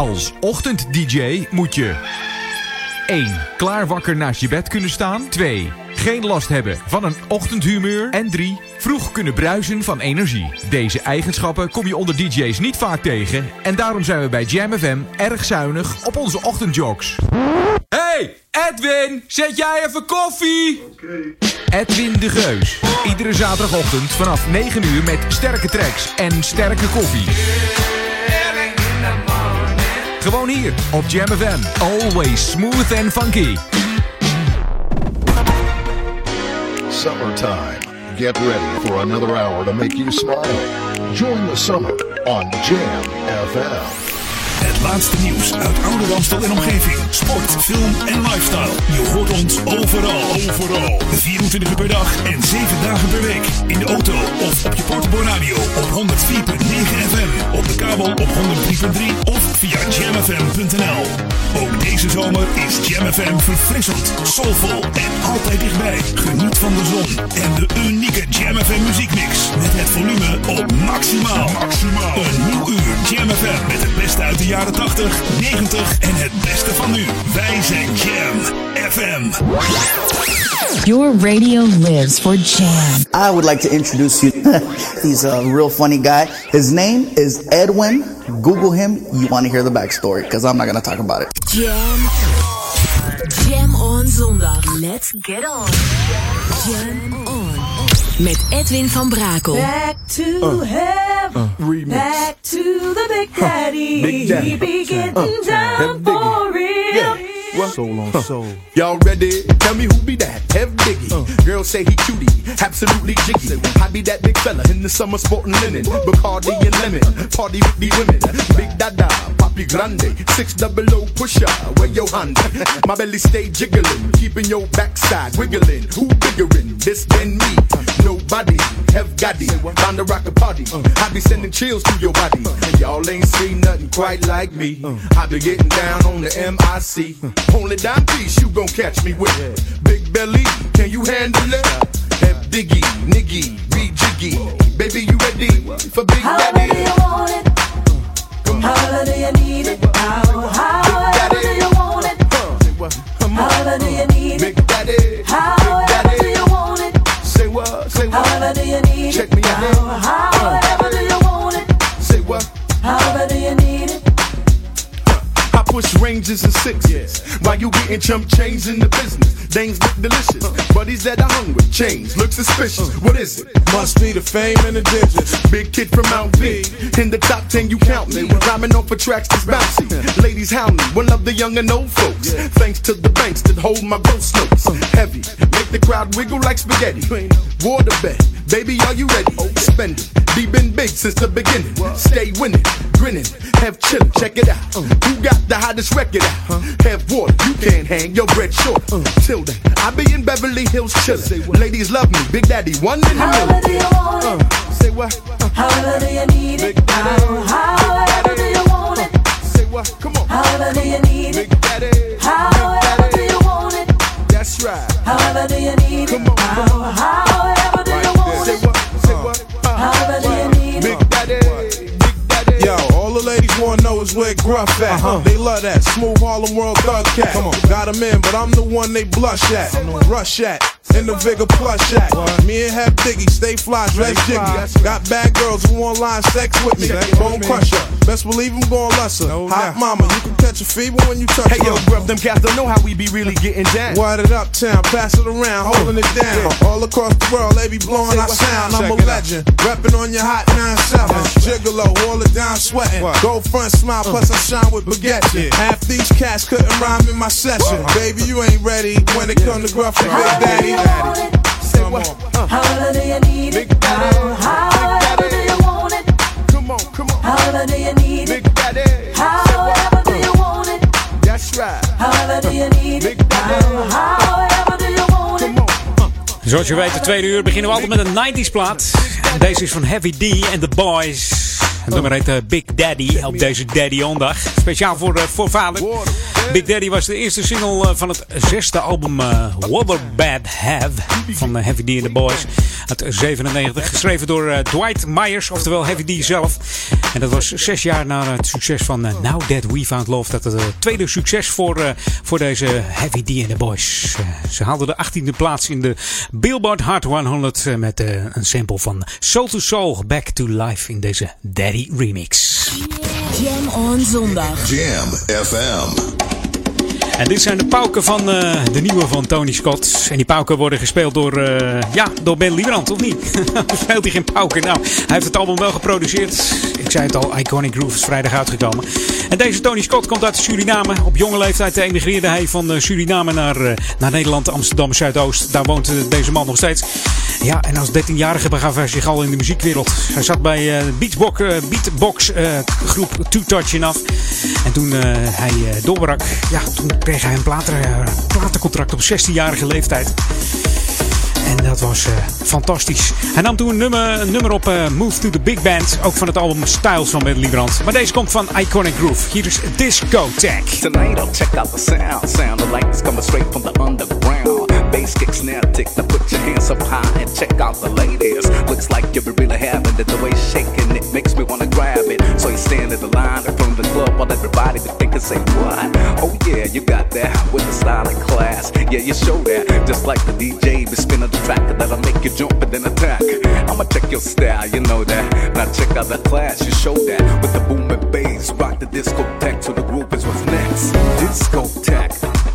Als ochtend-D J moet je één. Klaar wakker naast je bed kunnen staan. twee. Geen last hebben van een ochtendhumeur. En drie. Vroeg kunnen bruisen van energie. Deze eigenschappen kom je onder D J's niet vaak tegen. En daarom zijn we bij Jam F M erg zuinig op onze ochtendjogs. Hey, Edwin, zet jij even koffie? Okay. Edwin de Geus. Iedere zaterdagochtend vanaf negen uur met sterke tracks en sterke koffie. Gewoon hier op Jam F M. Always smooth and funky. Summertime. Get ready for another hour to make you smile. Join the summer on Jam F M. Het laatste nieuws uit Oude Amstel en omgeving. Sport, film en lifestyle. Je hoort ons overal. Overal. vierentwintig uur per dag en zeven dagen per week. In de auto of op je portable radio op honderd vier komma negen F M. Op de kabel op honderd drie komma drie of via jam f m punt n l. Ook deze zomer is Jam F M verfrissend, soulvol en altijd dichtbij. Geniet van de zon en de unieke Jam F M muziekmix. Met het volume op maximaal. maximaal. Een nieuw uur Jam F M met het beste uit de jaren tachtig, negentig en het beste van nu. Wij zijn Jam F M. Your radio lives for Jam. I would like to introduce you. He's a real funny guy. His name is Edwin. Google him. You want to hear the backstory because I'm not going to talk about it. Jam. Jam on zondag. Let's get on. Jam on. Met Edwin van Brakel. Back to uh, heaven. Uh, Back to the Big Daddy. Big Daddy. He be getting uh, down uh, for real. Yeah. What? Soul on soul. Y'all ready? Tell me who be that? F Diggy. Uh. Girls say he cutie, absolutely jiggy. I be that big fella in the summer sporting linen. Bacardi and lemon, party with the women. Big Dada, Papi Grande, six double O pusher. Where your Honda? My belly stay jiggling, keeping your backside wiggling. Who biggerin'? This than me? Nobody have got it. Bound to rock a party. I be sending chills to your body. And y'all ain't seen nothing quite like me. I be getting down on the M I C. Only dime piece you gon' catch me with. Big belly, can you handle it? F Diggy, Niggy, be jiggy. Baby, you ready for Big How Daddy? do you want it? How do you need it? How, however do you want it? How do you need it? Big Daddy, however do you want it? Say what? Say what? However do you need it? Check me out now. However do you want it? Say what? However do you need it? I push ranges and sixes while you getting chump change in the business. Dames look delicious, buddies that are hungry. Change look suspicious. What is it? Must be the fame and the digits. Big kid from Mount V. In the top ten, you count me. Rhyming off for tracks that's bouncy. Ladies hound me. One of the young and old folks. Thanks to the banks that hold my ghost notes. Heavy, make the crowd wiggle like spaghetti. Water bed, baby, are you ready? Spend it. Be been big since the beginning. Stay winning, grinning, have chillin'. Check it out. Who got the hottest record out? Have water, you can't hang your bread short. Till then, I be in Beverly Hills chillin'. Ladies love me, Big Daddy, one in the middle. However do you want it? Say what? However do you need it? How, however do you want it? Say what? Come on. However do you need it? Big Daddy. However do you want it? That's right. However do you need it? Come on. How, however do you want Say it? what? Say what? However do you need it? Big Daddy. Big Daddy. Yo, all the ladies wanna know is where Gruff at. Uh-huh. They love that smooth Harlem World Thug cat. Come on, got him in, but I'm the one they blush at, rush at. In the Vigor plush shack. Me and Hep Diggy stay fly, dress jiggy. Got bad girls who want line sex with me. Bone crusher, best believe I'm gon' lust her. Hot mama, you can catch a fever when you touch her. Hey yo, Gruff, them cats don't know how we be really getting down. Word it up, town, pass it around, holding it down. All across the world, they be blowing our sound. I'm a legend, reppin' on your hot nine seven. Gigolo, all the down sweating. Go front smile, plus I shine with baguette. Half these cats couldn't rhyme in my session. Baby, you ain't ready when it come to Gruff and Big Daddy. Say what? However do you need it? How, however do you want it? Come on, come on. However do you need it? Big Daddy. However do you want it? That's right. However do you need it? How, however do you want it? Zoals je weet, de tweede uur beginnen we altijd met een nineties plaat. Deze is van Heavy D en The Boys. Het nummer heet uh, Big Daddy op deze Daddy-ondag. Speciaal voor, uh, voor vader. Big Daddy was de eerste single uh, van het zesde album uh, Waterbed Have van uh, Heavy D en The Boys. uit zevenennegentig. Geschreven door uh, Dwight Myers, oftewel Heavy D zelf. En dat was zes jaar na het succes van uh, Now That We Found Love. Dat het uh, tweede succes voor, uh, voor deze Heavy D en de Boys. Uh, ze haalden de achttiende plaats in de Billboard Hot honderd uh, met uh, een sample van Soul to Soul, Back to Life in deze Daddy remix. Jam on zondag. Jam F M. En dit zijn de pauken van uh, de nieuwe van Tony Scott. En die pauken worden gespeeld door, uh, ja, door Ben Liebrand, of niet? Speelt hij geen pauken? Nou, hij heeft het album wel geproduceerd. Ik zei het al, Iconic Groove is vrijdag uitgekomen. En deze Tony Scott komt uit Suriname. Op jonge leeftijd emigreerde hij van Suriname naar, uh, naar Nederland, Amsterdam Zuidoost. Daar woont uh, deze man nog steeds. Ja, en als dertienjarige begaf hij zich al in de muziekwereld. Hij zat bij uh, beatbox, uh, beatbox uh, groep Two Touch af. En toen uh, hij uh, doorbrak, ja, toen kreeg hij een platen, uh, platencontract op zestienjarige leeftijd. En dat was uh, fantastisch. Hij nam toen een nummer, een nummer op uh, Move to the Big Band. Ook van het album Styles van Ben Liebrand. Maar deze komt van Iconic Groove. Hier is Discotheque. Tonight I'll check out the sound. Sound of lights coming straight from the underground. Bass kick, snare tick. Now put your hands up high and check out the ladies. Looks like you're really having it. The way shaking it makes me wanna grab it. So you stand in the line in front of the club while everybody be thinking, say what? Oh yeah, you got that with the style and class. Yeah, you show that. Just like the D J be spinning the track that'll make you jump and then attack. I'ma check your style, you know that. Now check out the class, you show that. With the boom and bass, rock the discotheque. So the group is what's next. Discotheque.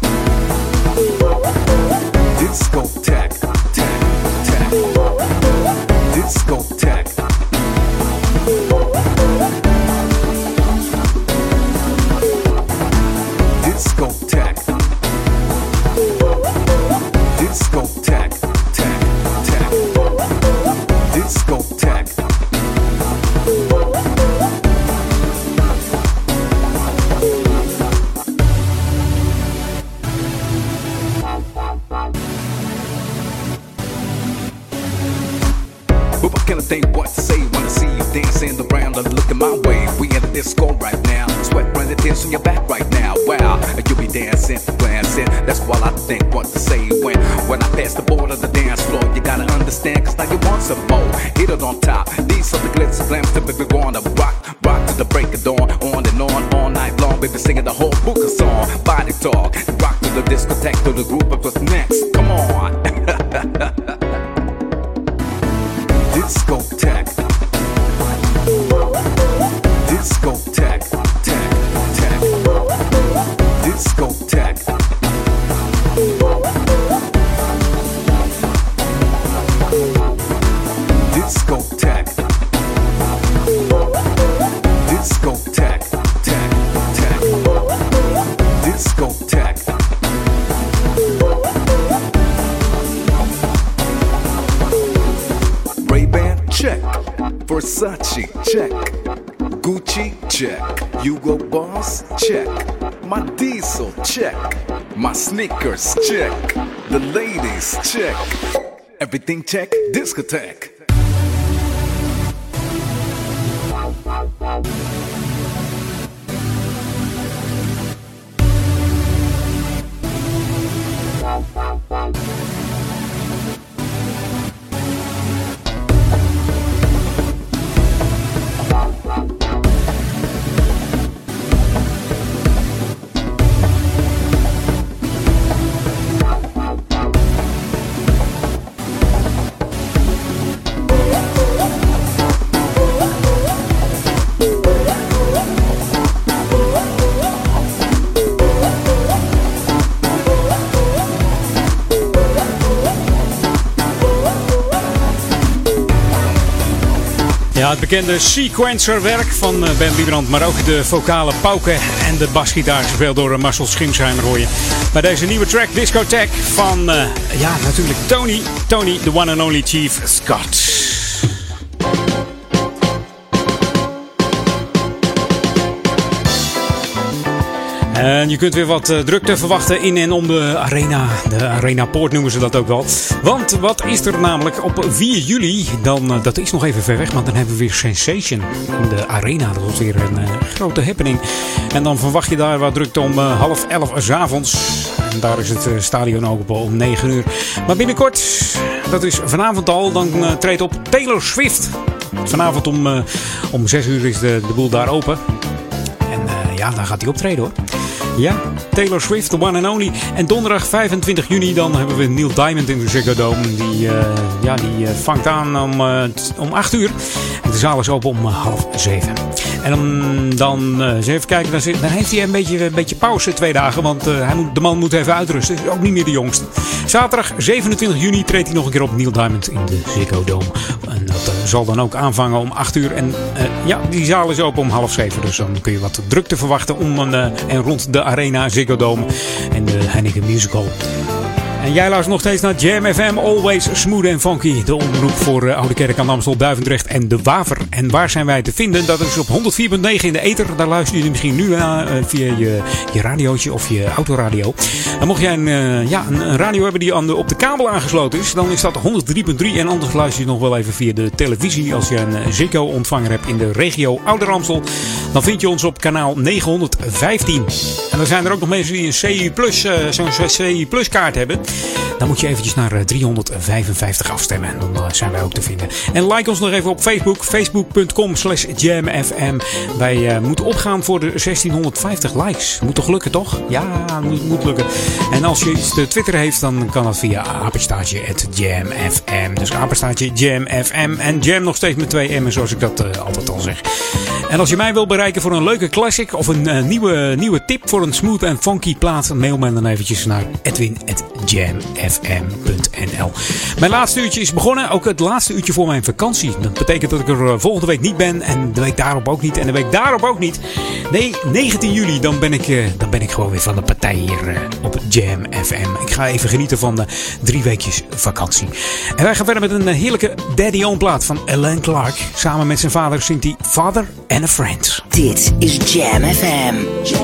Discotheque. Tech, tech. Discotheque. Discotheque. Discotheque. Discotheque. Well, I can't think what to say when I see you dancing around and looking my way. We in the disco right now. Sweat running tears on your back right now. Wow, you be dancing, glancing. That's what I think what to say when when I pass the board of the dance floor. You gotta understand, cause now you want some more. Hit it on top. These are the glitz and glams that we wanna rock. Rock to the break of dawn. On and on, all night long. Baby singing the whole book of song. Body talk. Rock to the discotheque, to the group of what's next. Come on. Discotheque. Discotheque. Tech, tech. Discotheque. Discotheque. Discotheque. Tech, tech. Discotheque. Ray-Ban, check. Versace, check. Gucci, check. Hugo Boss, check. My diesel, check. My sneakers, check. The ladies, check. Everything check. Discotheque. Ja, het bekende sequencerwerk van Ben Liebrand, maar ook de vocale pauken en de basgitaar gespeeld door Marcel Schimsheimer hoor je. Bij deze nieuwe track Discotheque van, uh, ja natuurlijk Tony, Tony, the one and only Chief Scott. En je kunt weer wat uh, drukte verwachten in en om de arena. De Arena Poort noemen ze dat ook wel. Want wat is er namelijk op vier juli? Dan, uh, dat is nog even ver weg, maar dan hebben we weer Sensation in de arena. Dat wordt weer een uh, grote happening. En dan verwacht je daar wat drukte om uh, half elf 's avonds. En daar is het uh, stadion open om negen uur. Maar binnenkort, dat is vanavond al, dan uh, treedt op Taylor Swift. Vanavond om, uh, om zes uur is de, de boel daar open. En uh, ja, daar gaat hij optreden hoor. Ja, Taylor Swift, the one and only. En donderdag vijfentwintig juni dan hebben we Neil Diamond in de Ziggo Dome. Die, uh, ja, die uh, vangt aan om, uh, t- om acht uur. En de zaal is open om uh, half zeven. En dan, dan uh, eens even kijken, dan, zit, dan heeft hij een beetje, een beetje pauze twee dagen. Want uh, hij moet, de man moet even uitrusten. Is ook niet meer de jongste. Zaterdag zevenentwintig juni treedt hij nog een keer op Neil Diamond in de Ziggo Dome. En dat uh, zal dan ook aanvangen om acht uur. En uh, ja, die zaal is open om half zeven. Dus dan kun je wat drukte verwachten om een, uh, en rond de Arena Ziggo Dome en de Heineken Musical. En jij luistert nog steeds naar Jam F M, always smooth and funky. De omroep voor uh, Oude Kerk aan Amstel, Duivendrecht en De Waver. En waar zijn wij te vinden? Dat is op honderd vier komma negen in de ether. Daar luister je misschien nu naar uh, via je, je radiootje of je autoradio. En mocht jij een, uh, ja, een, een radio hebben die aan de, op de kabel aangesloten is, dan is dat honderd drie komma drie. En anders luister je nog wel even via de televisie. Als je een uh, Ziggo-ontvanger hebt in de regio Ouder Amstel, dan vind je ons op kanaal negenhonderdvijftien. En dan zijn er ook nog mensen die een C I Plus, uh, zo'n C I Plus kaart hebben. Dan moet je eventjes naar uh, driehonderdvijfenvijftig afstemmen. En dan uh, zijn wij ook te vinden. En like ons nog even op Facebook. Facebook punt com slash jamfm. Wij uh, moeten opgaan voor de zestienhonderdvijftig likes. Moet toch lukken, toch? Ja, moet, moet lukken. En als je iets te twitteren heeft, dan kan dat via apenstaartje at jamfm. Dus apenstaartje jamfm. En jam nog steeds met twee m'en, zoals ik dat uh, altijd al zeg. En als je mij wil bereiken voor een leuke classic of een uh, nieuwe, nieuwe tip voor een smooth en funky plaat, mail me dan eventjes naar edwin at jamfm punt n l. Mijn laatste uurtje is begonnen. Ook het laatste uurtje voor mijn vakantie. Dat betekent dat ik er uh, volgende week niet ben. En de week daarop ook niet. En de week daarop ook niet. Nee, negentien juli. Dan ben ik, uh, dan ben ik gewoon weer van de partij hier uh, op Jam F M. Ik ga even genieten van uh, drie weekjes vakantie. En wij gaan verder met een uh, heerlijke Daddy On plaat van Alan Clark. Samen met zijn vader zingt hij Father and a Friend. Dit is Jam F M. Jam.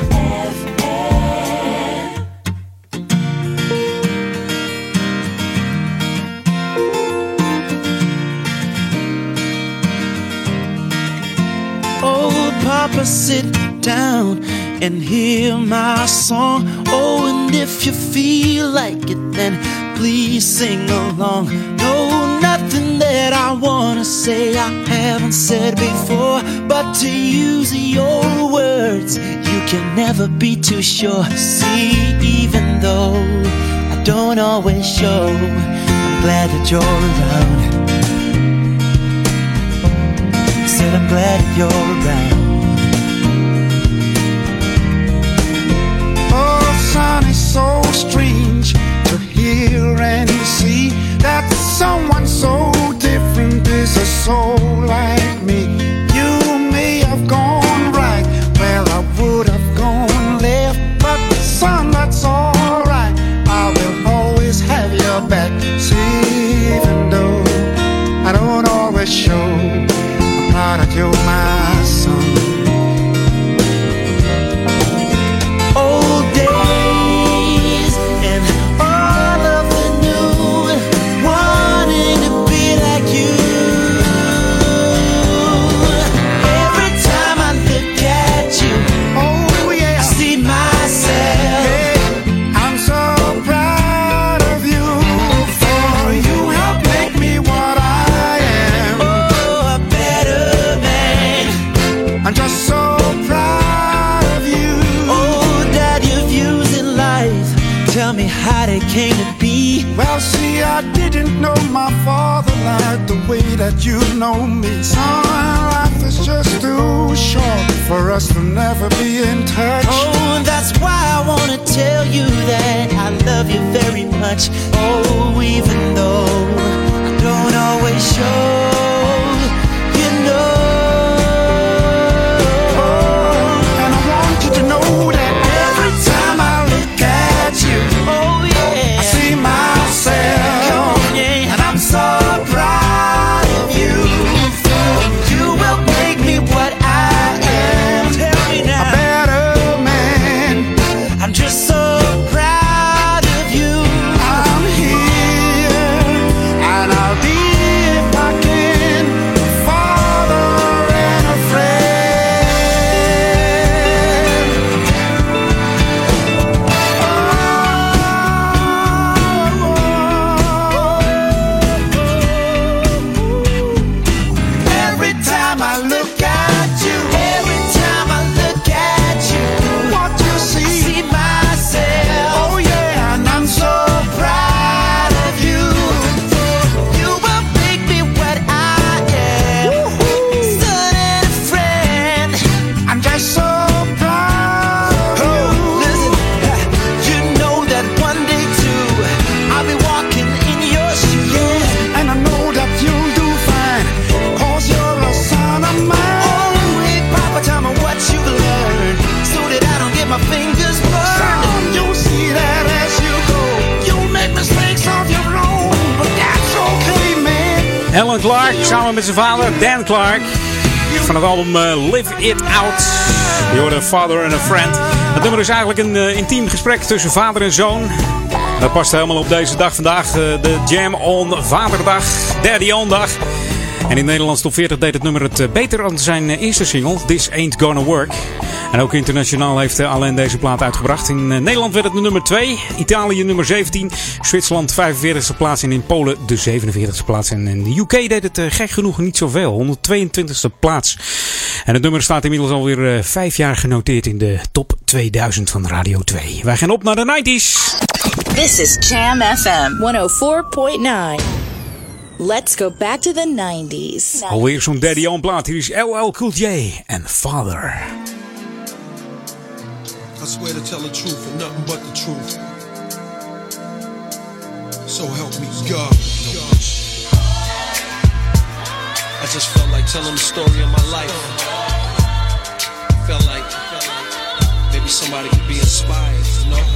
Papa, sit down and hear my song. Oh, and if you feel like it, then please sing along. No, nothing that I wanna say I haven't said before, but to use your words, you can never be too sure. See, even though I don't always show, I'm glad that you're around. Said I'm glad that you're around. Son, it's so strange to hear and see that someone so different is a soul like me. You may have gone right where I would have gone left, but son, that's alright. I will always have your back. See, even though I don't always show, I'm proud that you're my son. Came to be. Well, see, I didn't know my father like the way that you know me. Son, life is just too short for us to never be in touch. Oh, that's why I wanna tell you that I love you very much. Oh, even though I don't always show, you know. Oh, and I want you to know that every time I look at you, oh yeah, I see myself, yeah, and I'm so proud of you. You will make me what I am. Tell me now, a better man. Alan Clark samen met zijn vader Dan Clark. Van het album uh, Live It Out. Je hoorde Father and a Friend. Het nummer is eigenlijk een uh, intiem gesprek tussen vader en zoon. Dat past helemaal op deze dag vandaag. Uh, de Jam on Vaderdag. Daddy on dag. En in Nederlands top veertig deed het nummer het uh, beter dan zijn uh, eerste single. This Ain't Gonna Work. En ook internationaal heeft uh, Alain deze plaat uitgebracht. In uh, Nederland werd het de nummer twee. Italië nummer zeventien. Zwitserland vijfenveertigste plaats. En in Polen de zevenenveertigste plaats. En in de U K deed het uh, gek genoeg niet zoveel. honderdtweeëntwintigste plaats. En het nummer staat inmiddels alweer uh, vijf jaar genoteerd in de top tweeduizend van Radio twee. Wij gaan op naar de nineties. This is Jam F M honderdvier komma negen. Let's go back to the nineties. Alweer zo'n Daddy on plaat. Hier is L L Cool J en Father. I swear to tell the truth and nothing but the truth. So help me God. I just felt like telling the story of my life. Felt like maybe somebody could be inspired, you know?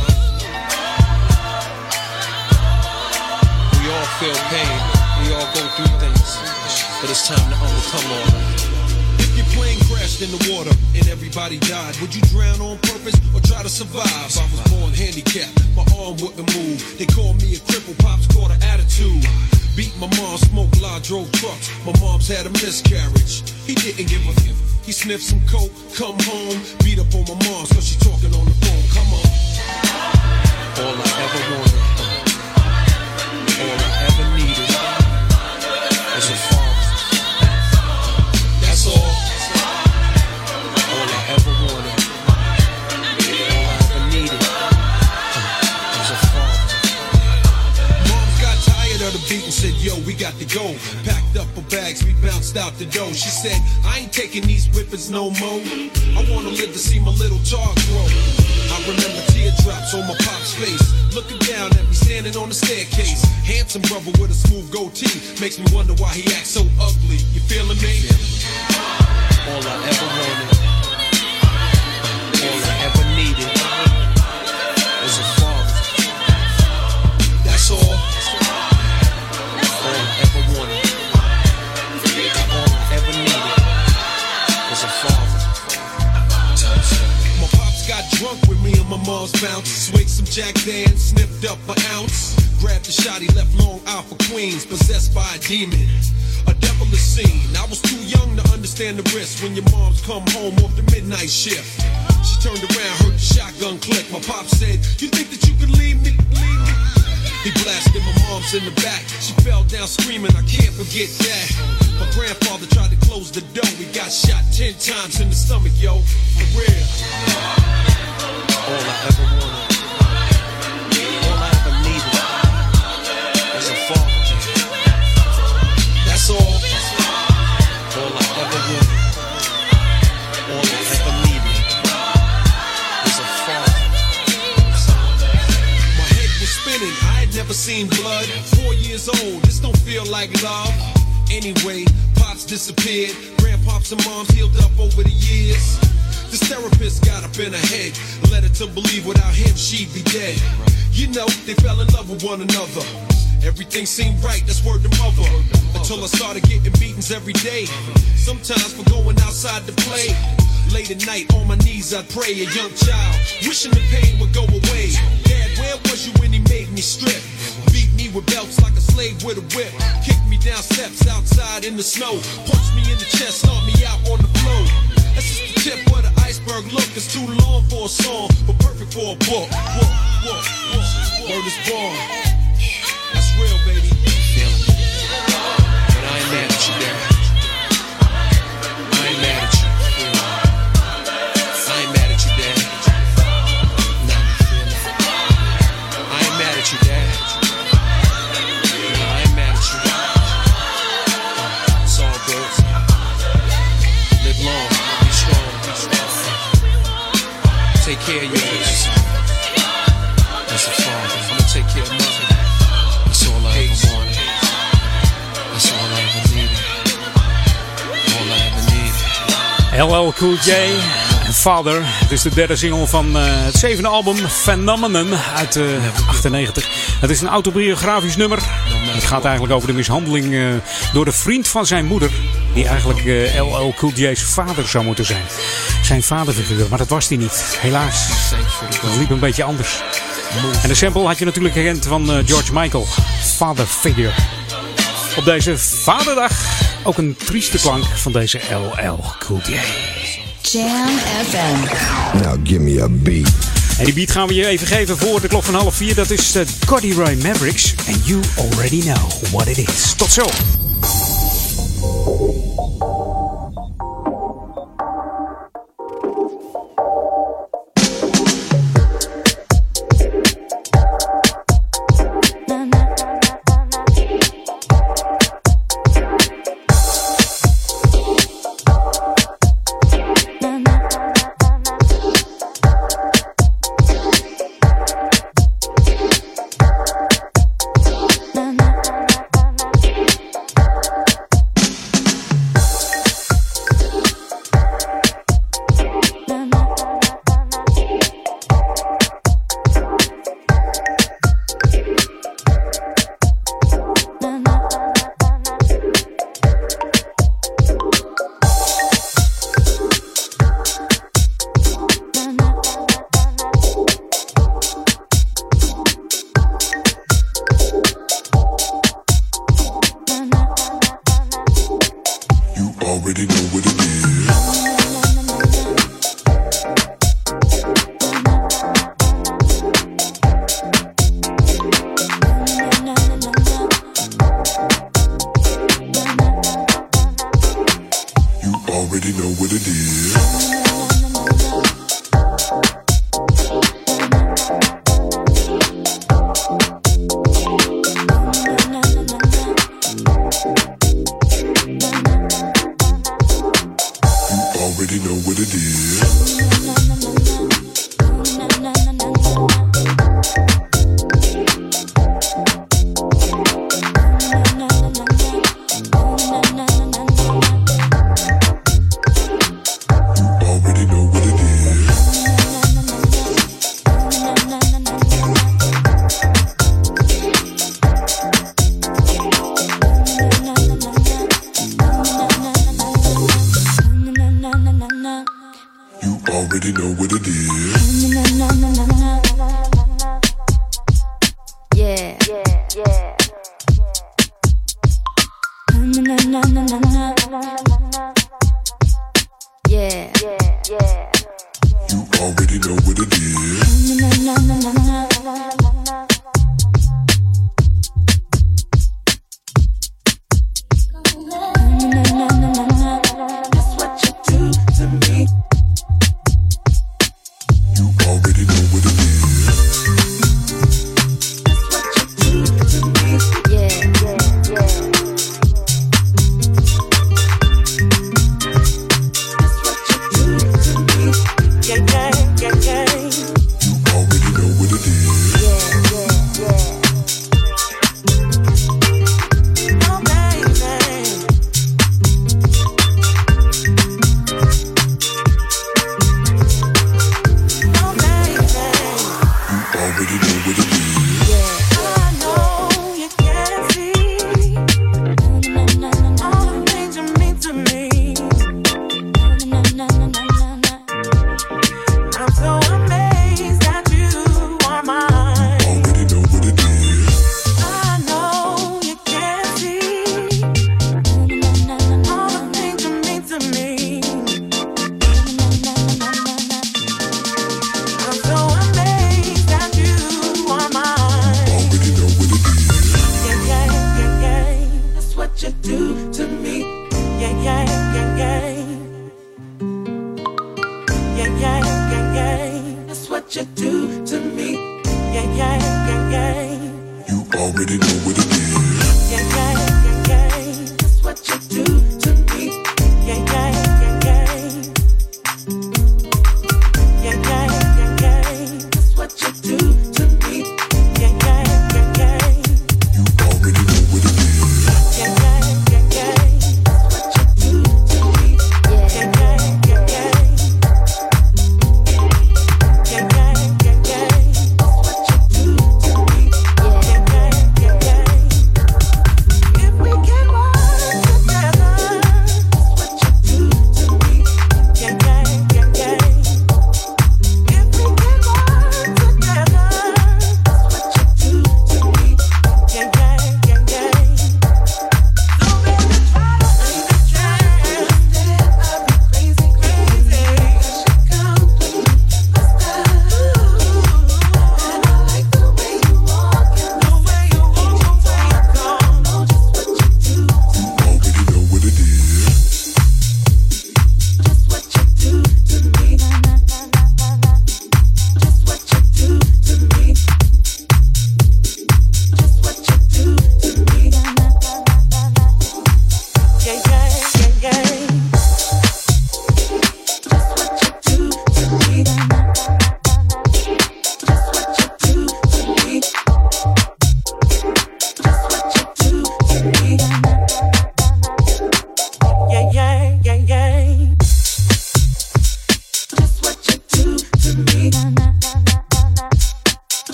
We all feel pain, we all go through things, but it's time to overcome all that. If your plane crashed in the water and everybody died, would you drown on purpose or try to survive? I was born handicapped, my arm wouldn't move. They called me a cripple, pops caught an attitude. Beat my mom, smoked lie, drove trucks. My mom's had a miscarriage. He didn't give a f. He sniffed some coke, come home, beat up on my mom, so she talking on the phone. Come on. All I ever wanted, all I ever needed was a father. That's all. All I ever wanted, all I ever needed was a father. Mom's got tired of the beat and said, yo, we got to go. Packed up her bags, we bounced out the door. She said, I ain't taking these whippers no more. I wanna live to see my little child grow. I remember teardrops on my pop's face, looking down at me standing on the staircase. Handsome brother with a smooth goatee, makes me wonder why he acts so ugly. You feeling me? All I ever wanted, all I ever needed was a father. That's all. All I ever wanted, all I ever needed was a father. My pops got drunk with me and my mom's bounce. Swig some Jack Dan, sniffed up an ounce. Grabbed the shot, he left Long Island for Queens, possessed by a demon. A devilish scene. I was too young to understand the risk when your moms come home off the midnight shift. She turned around, heard the shotgun click. My pop said, you think that you could leave me? Leave me? He blasted my mom's in the back. She fell down screaming, I can't forget that. My grandfather tried to close the door. He got shot ten times in the stomach, yo. For real. All I ever wanted, all I ever needed was a father. That's all. All I ever wanted, all I ever needed was a father. My head was spinning, I had never seen blood. Four years old, this don't feel like love. Anyway, pops disappeared. Grandpops and moms healed up over the years. This therapist got up in her head, led her to believe without him she'd be dead. You know, they fell in love with one another. Everything seemed right, that's word to mother. Until I started getting beatings every day. Sometimes for going outside to play. Late at night, on my knees I'd pray. A young child, wishing the pain would go away. Dad, where was you when he made me strip? Beat me with belts like a slave with a whip. Kicked me down steps outside in the snow. Punched me in the chest, knocked me out on the floor. That's just the tip of the iceberg look. It's too long for a song, but perfect for a book. Book, book, book. Word is born. That's real, baby. Feeling it. But I ain't mad at you, Dad. I ain't mad at you. I ain't mad at you, Dad. Nah, I ain't mad at you, Dad. Nah, I ain't mad at you. It's all good. Live long. Be strong. Take care of your kids. That's a father. I'ma take care of mine. That's all I ever wanted. That's all I ever needed. All I ever needed. L L Cool J en Father. Het is de derde single van uh, het zevende album Phenomenon uit uh, achtennegentig. Het is een autobiografisch nummer. Het gaat eigenlijk over de mishandeling uh, door de vriend van zijn moeder. Die eigenlijk uh, L L Cool J's vader zou moeten zijn. Zijn vaderfiguur, maar dat was hij niet. Helaas. Dat liep een beetje anders. En de sample had je natuurlijk herkend van uh, George Michael. Father Figure. Op deze vaderdag ook een trieste klank van deze L L Cool J. Jam F M. Now give me a beat. En die beat gaan we je even geven voor de klok van half vier. Dat is de Corduroy Mavericks. And you already know what it is. Tot zo.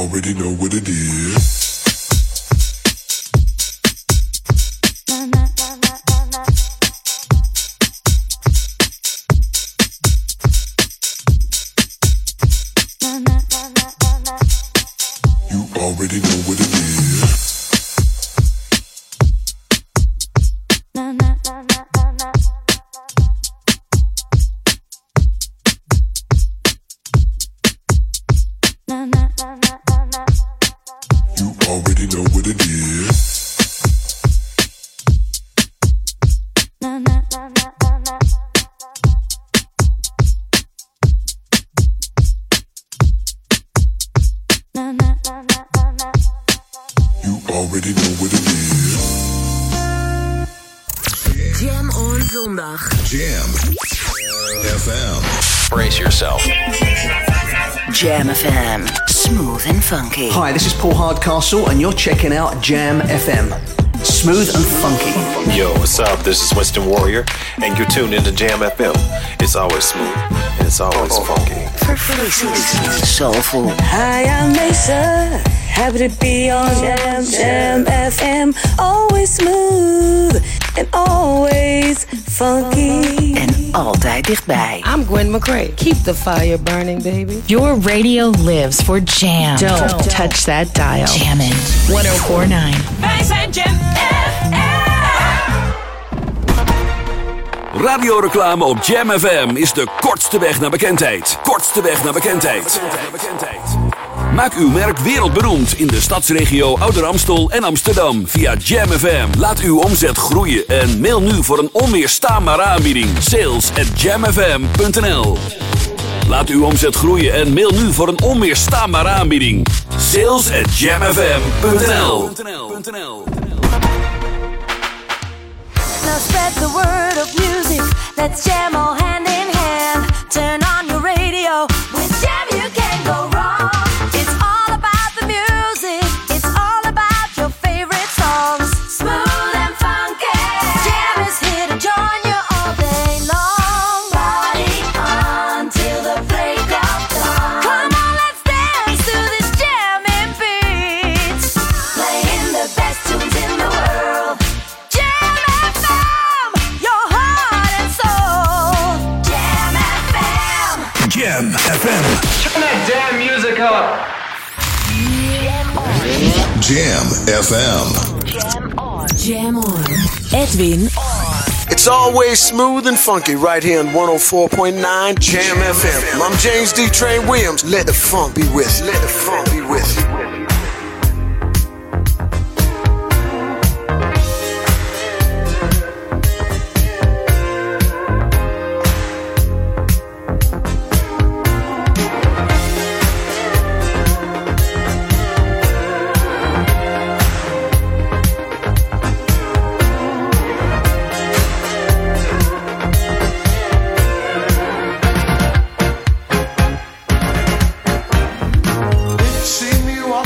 already know what it is. You already know what it is. You already know what it is. You already know what it is. Jam on zondag. Jam F M. Brace yourself. Jam F M. Smooth and funky. Hi, this is Paul Hardcastle, and you're checking out Jam F M. Smooth and funky. Yo, what's up? This is Winston Warrior, and you're tuned into Jam F M. It's always smooth, and it's always funky. Verfrissend. Soulful. Hi, I'm Mesa. Happy to be on Jam, Jam F M. Always smooth and always funky. En altijd dichtbij. I'm Gwen McCrae. Keep the fire burning, baby. Your radio lives for Jam. Don't, Don't touch that dial. Jammin'. one oh four point nine. Wij zijn Jam F M. Radioreclame op Jam F M is de kortste weg naar bekendheid. Kortste weg naar bekendheid. Maak uw merk wereldberoemd in de stadsregio Ouder Amstel en Amsterdam via Jam F M. Laat uw omzet groeien en mail nu voor een onweerstaanbare aanbieding. Sales at jam f m punt n l. Laat uw omzet groeien en mail nu voor een onweerstaanbare aanbieding. Sales at jam f m punt n l. Now spread the word of music. Let's jam all hand in hand. Turn on your radio. With Jam you can't go wrong. It's all about the music. It's all about your favorite songs. Smooth and funky. Jam is here to join you all day long. Party on till the break of dawn. Come on, let's dance to this jamming beat. Playing the best tunes in the world. Jam F M, your heart and soul. Jam F M. Jam F M. Turn that damn music up. Jam F M. Jam on. Edwin on. It's always smooth and funky right here on one oh four point nine Jam F M. I'm James D. Train Williams. Let the funk be with you. Let the funk be with you. See me walk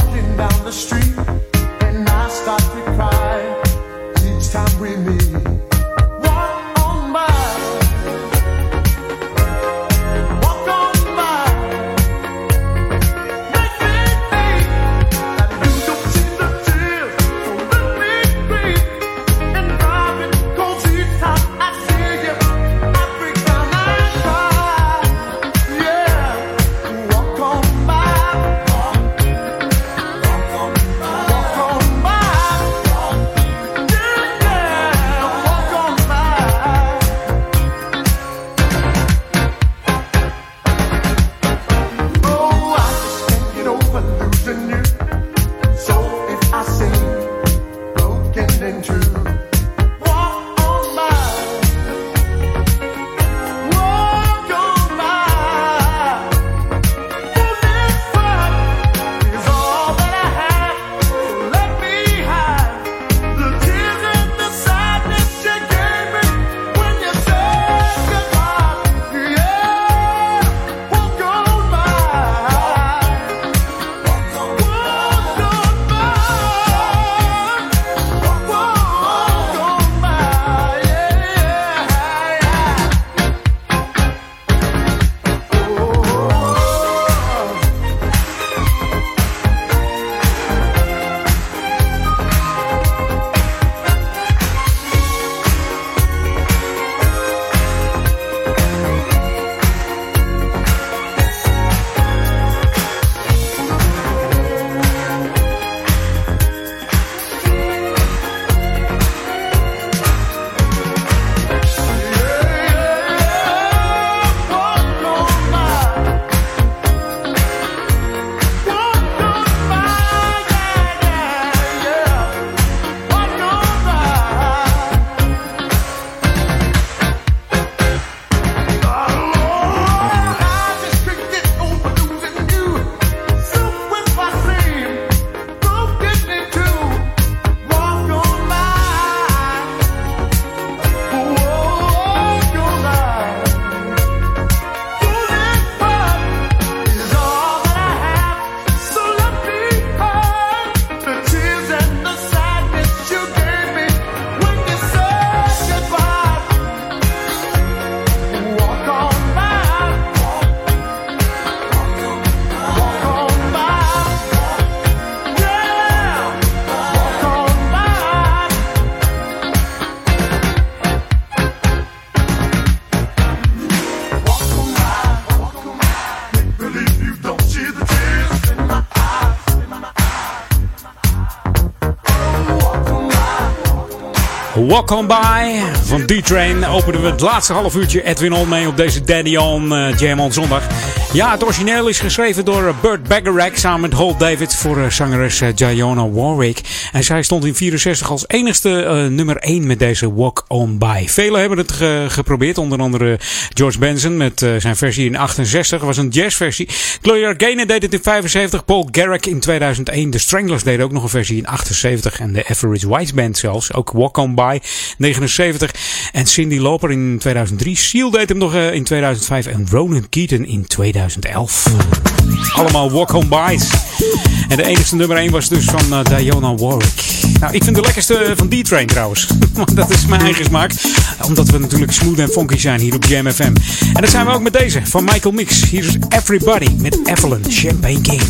Walk On By van D-Train openen we het laatste half uurtje Edwin On mee op deze Daddy On uh, Jam On zondag. Ja, het origineel is geschreven door uh, Burt Bacharach samen met Holt David voor uh, zangeres uh, Dionne Warwick. En zij stond in vierenzestig als enigste uh, nummer één met deze Walk On By. Velen hebben het ge- geprobeerd, onder andere George Benson met uh, zijn versie in achtenzestig. was een jazzversie. Gloria Gaynor deed het in vijfenzeventig, Paul Garrick in tweeduizend één. De Stranglers deden ook nog een versie in achtenzeventig en de Average White Band zelfs. Ook Walk On By negenenzeventig. En Cyndi Lauper in tweeduizend drie. Seal deed hem nog uh, in tweeduizend vijf. En Ronan Keaton in tweeduizend elf. Allemaal Walk On By's. En de enigste nummer één was dus van uh, Dionne Warwick. Nou, ik vind de lekkerste van D-Train trouwens. Want dat is mijn eigen smaak. Omdat we natuurlijk smooth en funky zijn hier op Jam F M. En dat zijn we ook met deze van Michael Mix. Hier is Everybody met Evelyn Champagne King.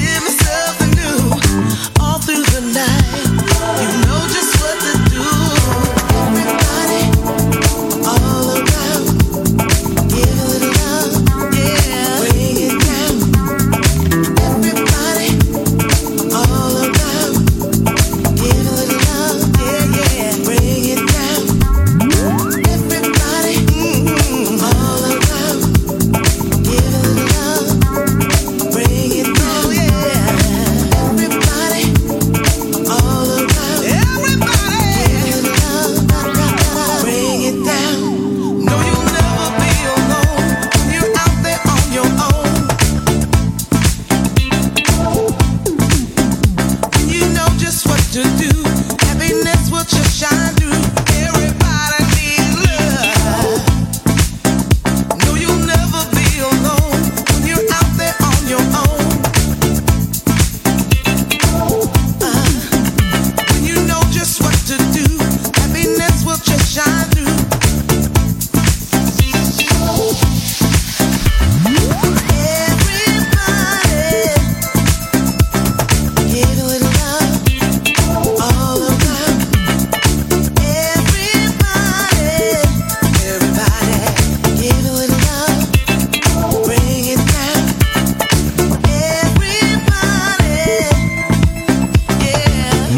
All through the night, you know just what to do.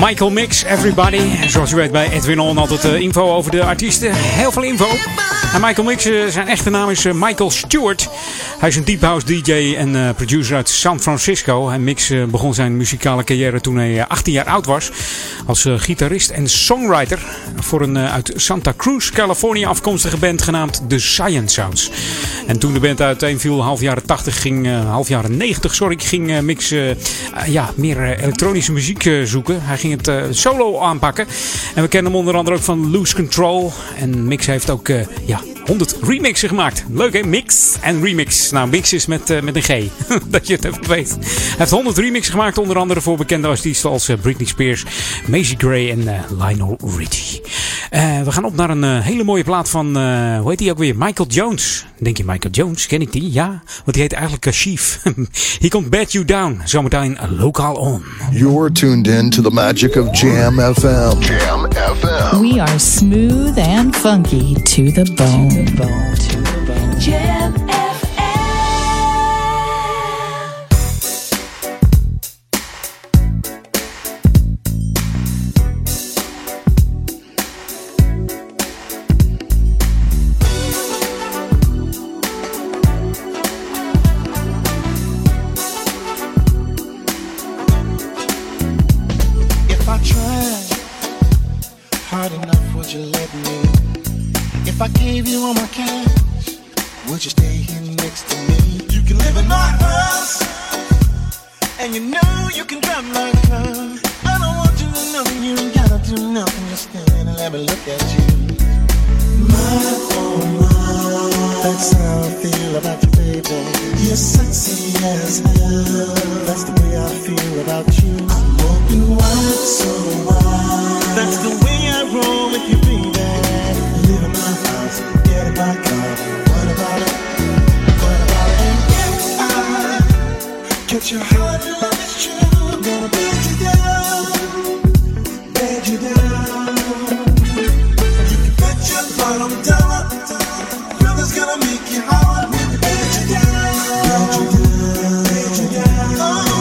Michael Mix, Everybody. En zoals u weet bij Edwin On altijd uh, info over de artiesten. Heel veel info. En Michael Mix, uh, zijn echte naam is uh, Michael Stewart. Hij is een deep house D J en uh, producer uit San Francisco. En Mix uh, begon zijn muzikale carrière toen hij uh, achttien jaar oud was. Als uh, gitarist en songwriter voor een uh, uit Santa Cruz, Californië afkomstige band genaamd The Science Sounds. En toen de band uiteenviel, half jaren tachtig ging, uh, half jaren negentig, sorry, ging uh, Mix uh, uh, ja, meer uh, elektronische muziek uh, zoeken. Hij ging het uh, solo aanpakken. En we kennen hem onder andere ook van Lose Control. En Mix heeft ook uh, ja, honderd remixen gemaakt. Leuk hè? Mix en remix. Nou, mix is met, uh, met een G. Dat je het even weet. Hij heeft honderd remixen gemaakt. Onder andere voor bekende artiesten als uh, Britney Spears, Macy Gray en uh, Lionel Richie. Uh, we gaan op naar een uh, hele mooie plaat van, uh, hoe heet die ook weer? Michael Jones. Denk je Michael Jones? Ken ik die? Ja. Want die heet eigenlijk Kashif. Hier komt Bat You Down. Zometeen lokaal on. You're tuned in to the magic of Jam F M. Jam F M. We are smooth and funky to the bone. To the bone. To the bone. Jam F M. If I gave you all my cash, would you stay here next to me? You can live in my house, and you know you can drive my car. I don't want you to know you ain't gotta do nothing, just stand and let me look at you. My, oh my, that's how I feel about you, baby. You're sexy as hell, that's the way I feel about you. I'm open wide, so wide, that's the way I roll with you, baby. Live in my house, get in my car. What about it? What about it? And if I catch your heart, love is true, I'm gonna bed you down, bed you down. You can bet your bottom dollar, brother's gonna make you hard. Bed you down, bed you down, bed you down. Oh,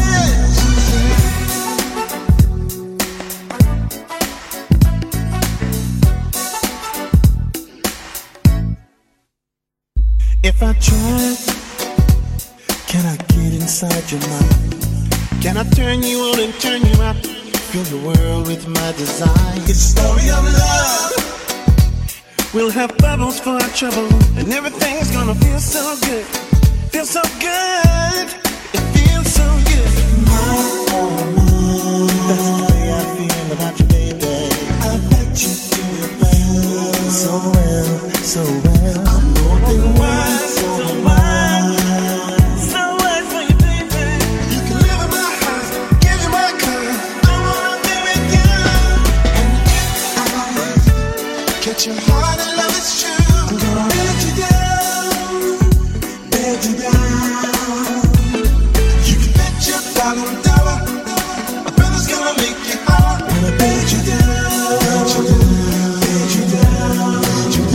if I try, can I get inside your mind? Can I turn you on and turn you out? Fill the world with my desire. It's a story of love. We'll have bubbles for our trouble, and everything's gonna feel so good. Feel so good. It feels so good. My, oh my, that's the way I feel about you, baby. I bet you do your thing so well, so well. I'm open wide, so wide, so wide for you, baby. You can live in my house, give you my car. I wanna be with you. And if I catch your heart and love is true, I'm gonna bed you down, bed you down. You can bet your bottom dollar, my brother's gonna make you hard. I'm gonna bed you down, bed you down, bed you down, bed you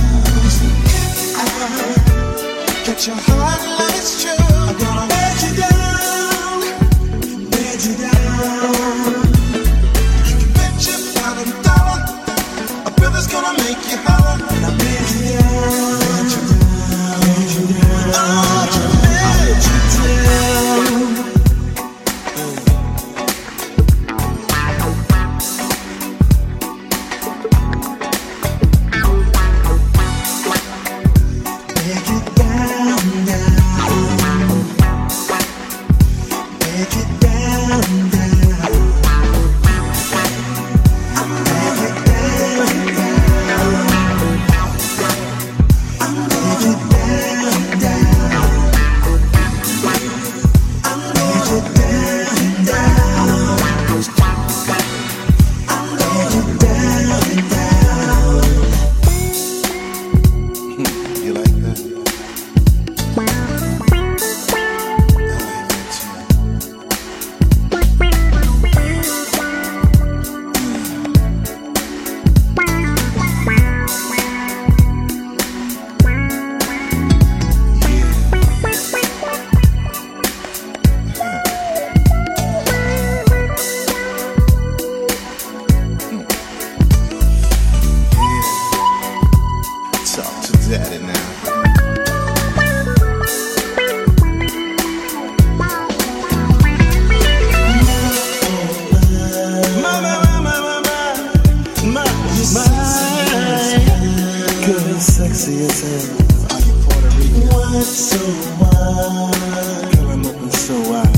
down. Get your heart and let it's true. I'm gonna bed you down, bed you down. You can bet your bottom dollar, a brother's gonna make you holler. And I bet see yourself. Are you Puerto Rican? What's so wild? Girl, I'm open so wide.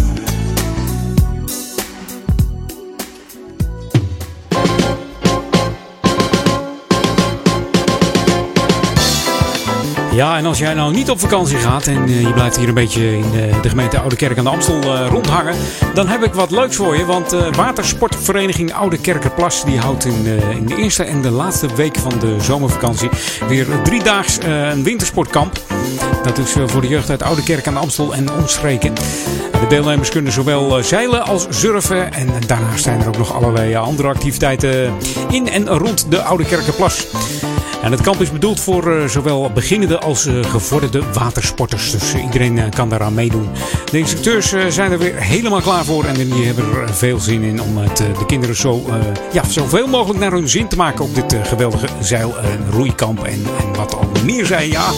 Ja, en als jij nou niet op vakantie gaat en uh, je blijft hier een beetje in de, de gemeente Oude Kerk aan de Amstel uh, rondhangen, dan heb ik wat leuks voor je. Want uh, watersportvereniging Oude Kerkenplas die houdt in de, in de eerste en de laatste week van de zomervakantie weer driedaags uh, een wintersportkamp. Dat is uh, voor de jeugd uit Oude Kerk aan de Amstel en omstreken. De deelnemers kunnen zowel uh, zeilen als surfen. En, en daarnaast zijn er ook nog allerlei uh, andere activiteiten in en rond de Oude Kerkenplas. En het kamp is bedoeld voor uh, zowel beginnende als uh, gevorderde watersporters. Dus uh, iedereen uh, kan daaraan meedoen. De instructeurs uh, zijn er weer helemaal klaar voor. En die hebben er veel zin in om het, uh, de kinderen zo, uh, ja, zoveel mogelijk naar hun zin te maken op dit uh, geweldige zeil- en roeikamp. En, en wat al meer zijn, ja.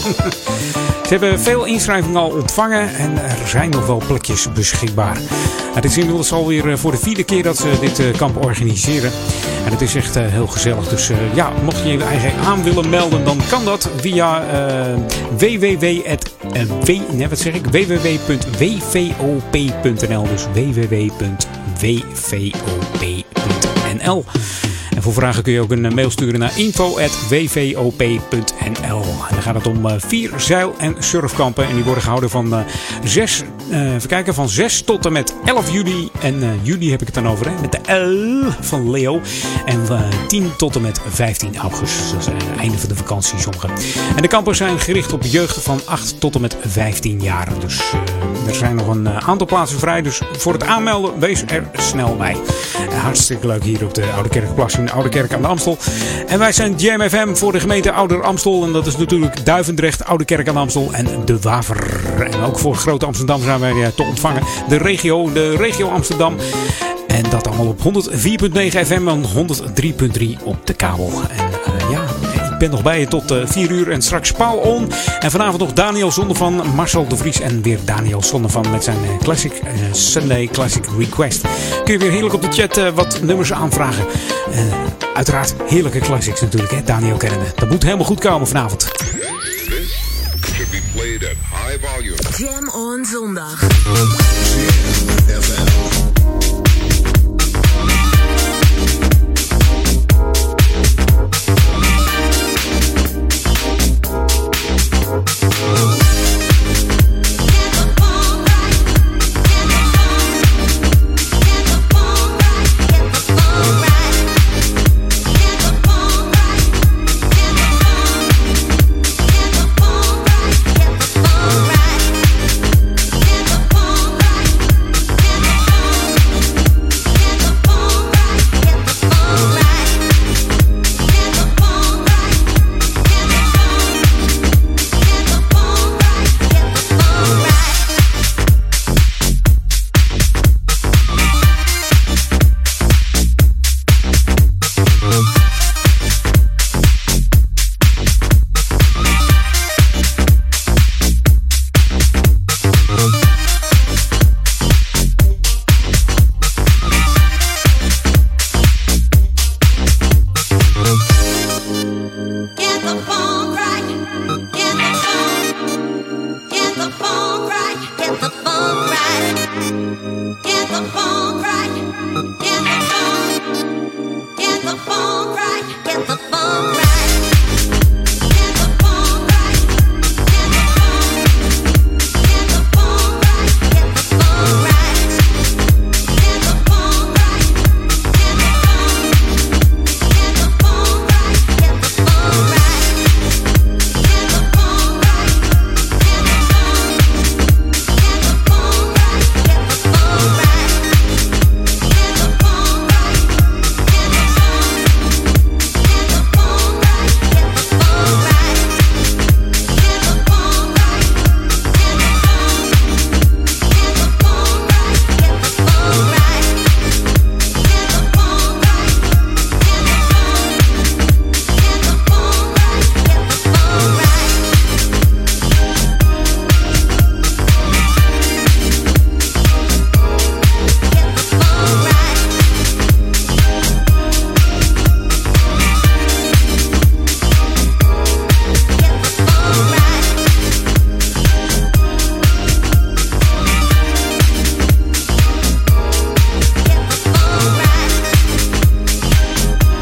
Ze hebben veel inschrijvingen al ontvangen en er zijn nog wel plekjes beschikbaar. Het is inmiddels alweer voor de vierde keer dat ze dit kamp organiseren. En het is echt heel gezellig. Dus uh, ja, mocht je je eigen aan willen melden, dan kan dat via uh, www. Uh, nee, wat zeg ik? w w w punt w v o p punt n l. Dus w w w punt w v o p punt n l. En voor vragen kun je ook een mail sturen naar info at w v o p punt n l. En dan gaat het om uh, vier zeil- en surfkampen. En die worden gehouden van, uh, zes, uh, even kijken, van zes tot en met elf juli. En uh, juli heb ik het dan over, hè, met de L van Leo. En uh, tien tot en met vijftien augustus. Dat is uh, het einde van de vakantie, sommige. En de kampen zijn gericht op jeugd van acht tot en met vijftien jaar. Dus uh, er zijn nog een uh, aantal plaatsen vrij. Dus voor het aanmelden, wees er snel bij. Uh, hartstikke leuk hier op de Oude Kerkenplas in de Oude Kerk aan de Amstel. En wij zijn Jam F M voor de gemeente Ouder Amstel. En dat is natuurlijk Duivendrecht, Oude Kerk aan de Amstel en De Waver. En ook voor Groot Amsterdam zijn wij te ontvangen. De regio, de regio Amsterdam. En dat allemaal op honderd vier komma negen F M en honderd drie komma drie op de kabel. En uh, ja, ik ben nog bij je tot uh, vier uur en straks Paul On. En vanavond nog Daniel Zonnevan, Marcel de Vries en weer Daniel Zonnevan met zijn uh, Classic uh, Sunday Classic Request. Kun je weer heerlijk op de chat uh, wat nummers aanvragen. Uh, uiteraard heerlijke classics natuurlijk, hè, Daniel kennende. Dat moet helemaal goed komen vanavond. Should be played at high volume. Jam on zondag. Jam F M. Right.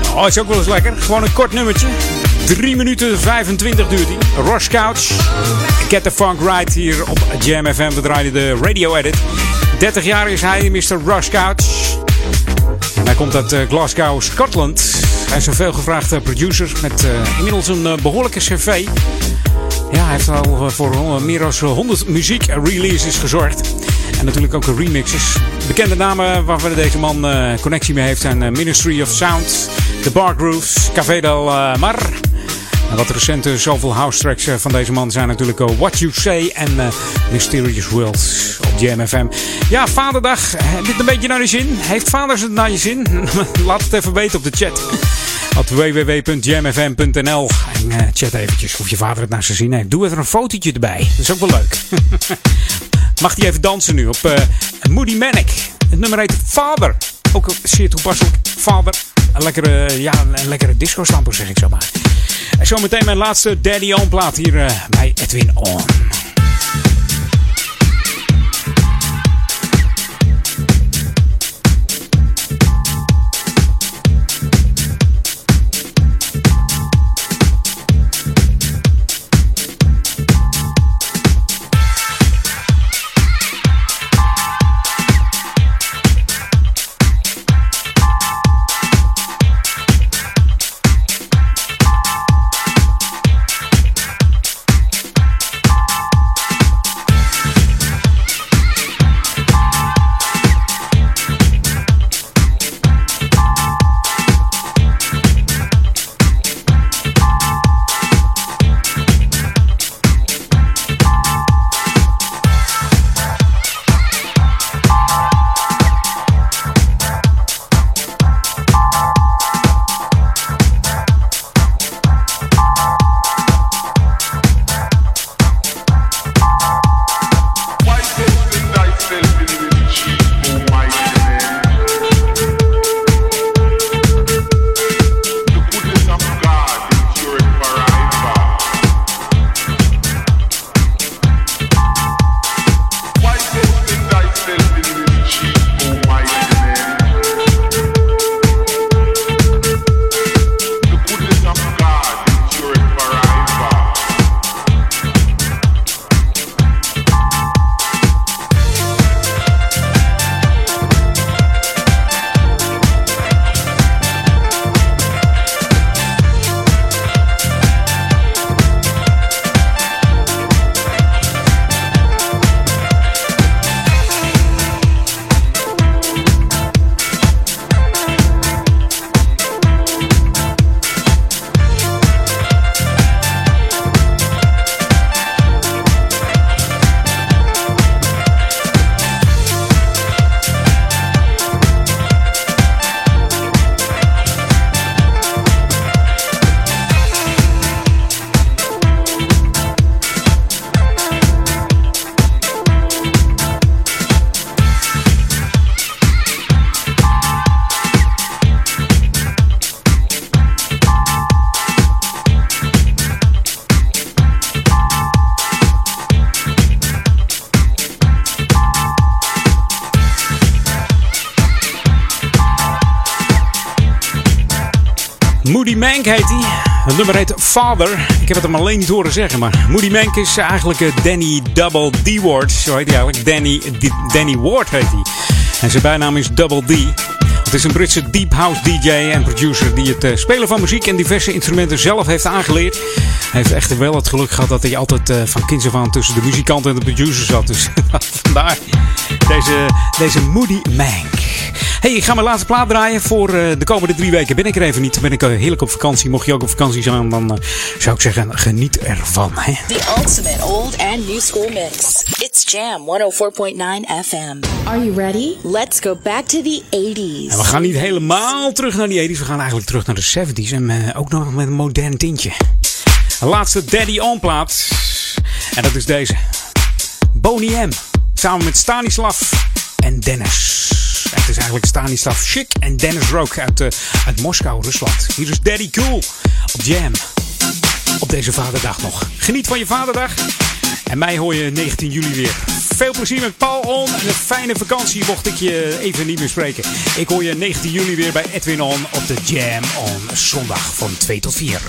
Oh, is ook wel eens lekker. Gewoon een kort nummertje. drie minuten vijfentwintig duurt hij. Rush Couch. Get the Funk Right hier op Jam F M. We draaien de radio edit. dertig jaar is hij, mister Rush Couch. En hij komt uit Glasgow, Scotland. Hij is een veelgevraagde producer met uh, inmiddels een uh, behoorlijke cv. Ja, hij heeft al voor uh, meer dan honderd muziek-releases gezorgd. En natuurlijk ook remixes. Bekende namen waarvan deze man uh, connectie mee heeft zijn uh, Ministry of Sound, The Bar Grooves, Café del uh, Mar. En wat recente zoveel house tracks uh, van deze man zijn natuurlijk uh, What You Say en uh, Mysterious Worlds op Jam F M. Ja, Vaderdag. Heb je het een beetje naar je zin? Heeft vaders het naar je zin? Laat het even weten op de chat. Op w w w punt jam f m punt n l en uh, chat eventjes of je vader het naar zijn zin heeft. Doe even een fotootje erbij. Dat is ook wel leuk. Mag hij even dansen nu op uh, Moody Manic. Het nummer heet Father. Ook zeer toepasselijk. Father. Een lekkere, ja, een lekkere disco-stamper zeg ik zo maar. En zometeen mijn laatste Daddy On plaat hier uh, bij Edwin On. Moody Mank heet hij. Het nummer heet Father. Ik heb het hem alleen niet horen zeggen, maar Moody Mank is eigenlijk Danny Double D Ward. Zo heet hij eigenlijk. Danny, D- Danny Ward heet hij. En zijn bijnaam is Double D. Het is een Britse deep house D J en producer die het uh, spelen van muziek en diverse instrumenten zelf heeft aangeleerd. Hij heeft echt wel het geluk gehad dat hij altijd uh, van kinds af aan tussen de muzikant en de producer zat. Dus vandaar deze, deze Moody Mank. Hey, ik ga mijn laatste plaat draaien voor uh, de komende drie weken. Ben ik er even niet. Ben ik uh, heerlijk op vakantie. Mocht je ook op vakantie zijn, dan uh, zou ik zeggen, geniet ervan. Hè? The ultimate old and new school mix. It's Jam honderdvier komma negen F M. Are you ready? Let's go back to the eighties. En we gaan niet helemaal terug naar die eighties. We gaan eigenlijk terug naar de seventies. En uh, ook nog met een modern tintje. De laatste Daddy On plaat. En dat is deze. Boney M. Samen met Stanislav en Dennis. Het is eigenlijk Stanislav Chic en Dennis Rook uit, uh, uit Moskou, Rusland. Hier is Daddy Cool op Jam. Op deze vaderdag nog. Geniet van je vaderdag. En mij hoor je negentien juli weer. Veel plezier met Paul On. En een fijne vakantie mocht ik je even niet meer spreken. Ik hoor je negentien juli weer bij Edwin On op de Jam On zondag van twee tot vier.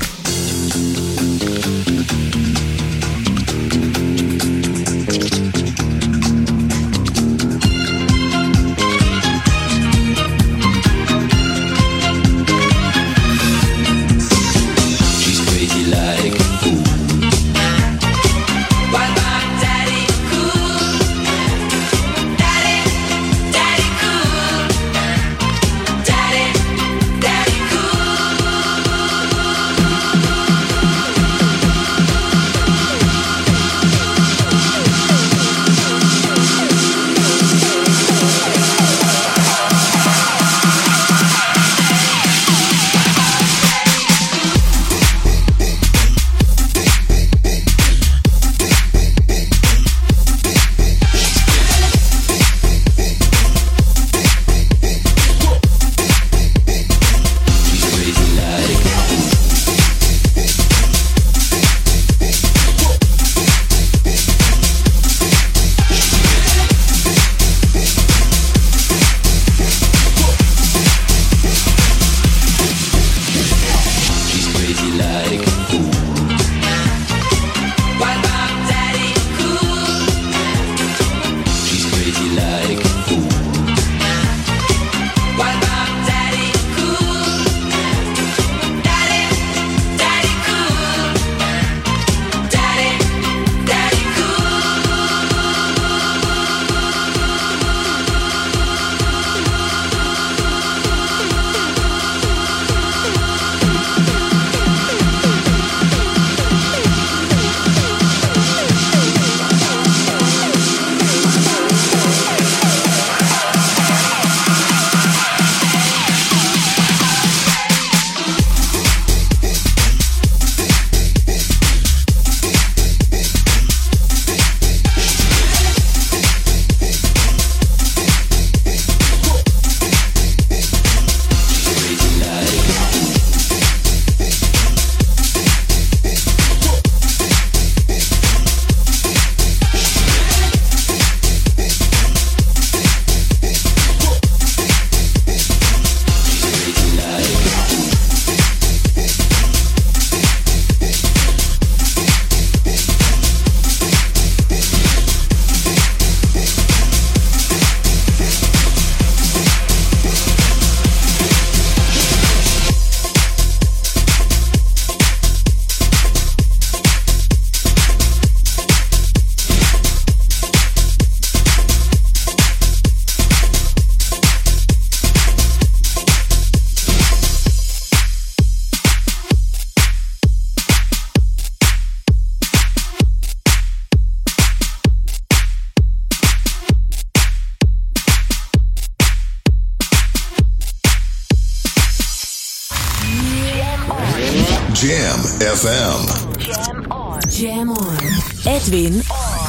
Jam F M. Jam on. Jam on. Edwin On.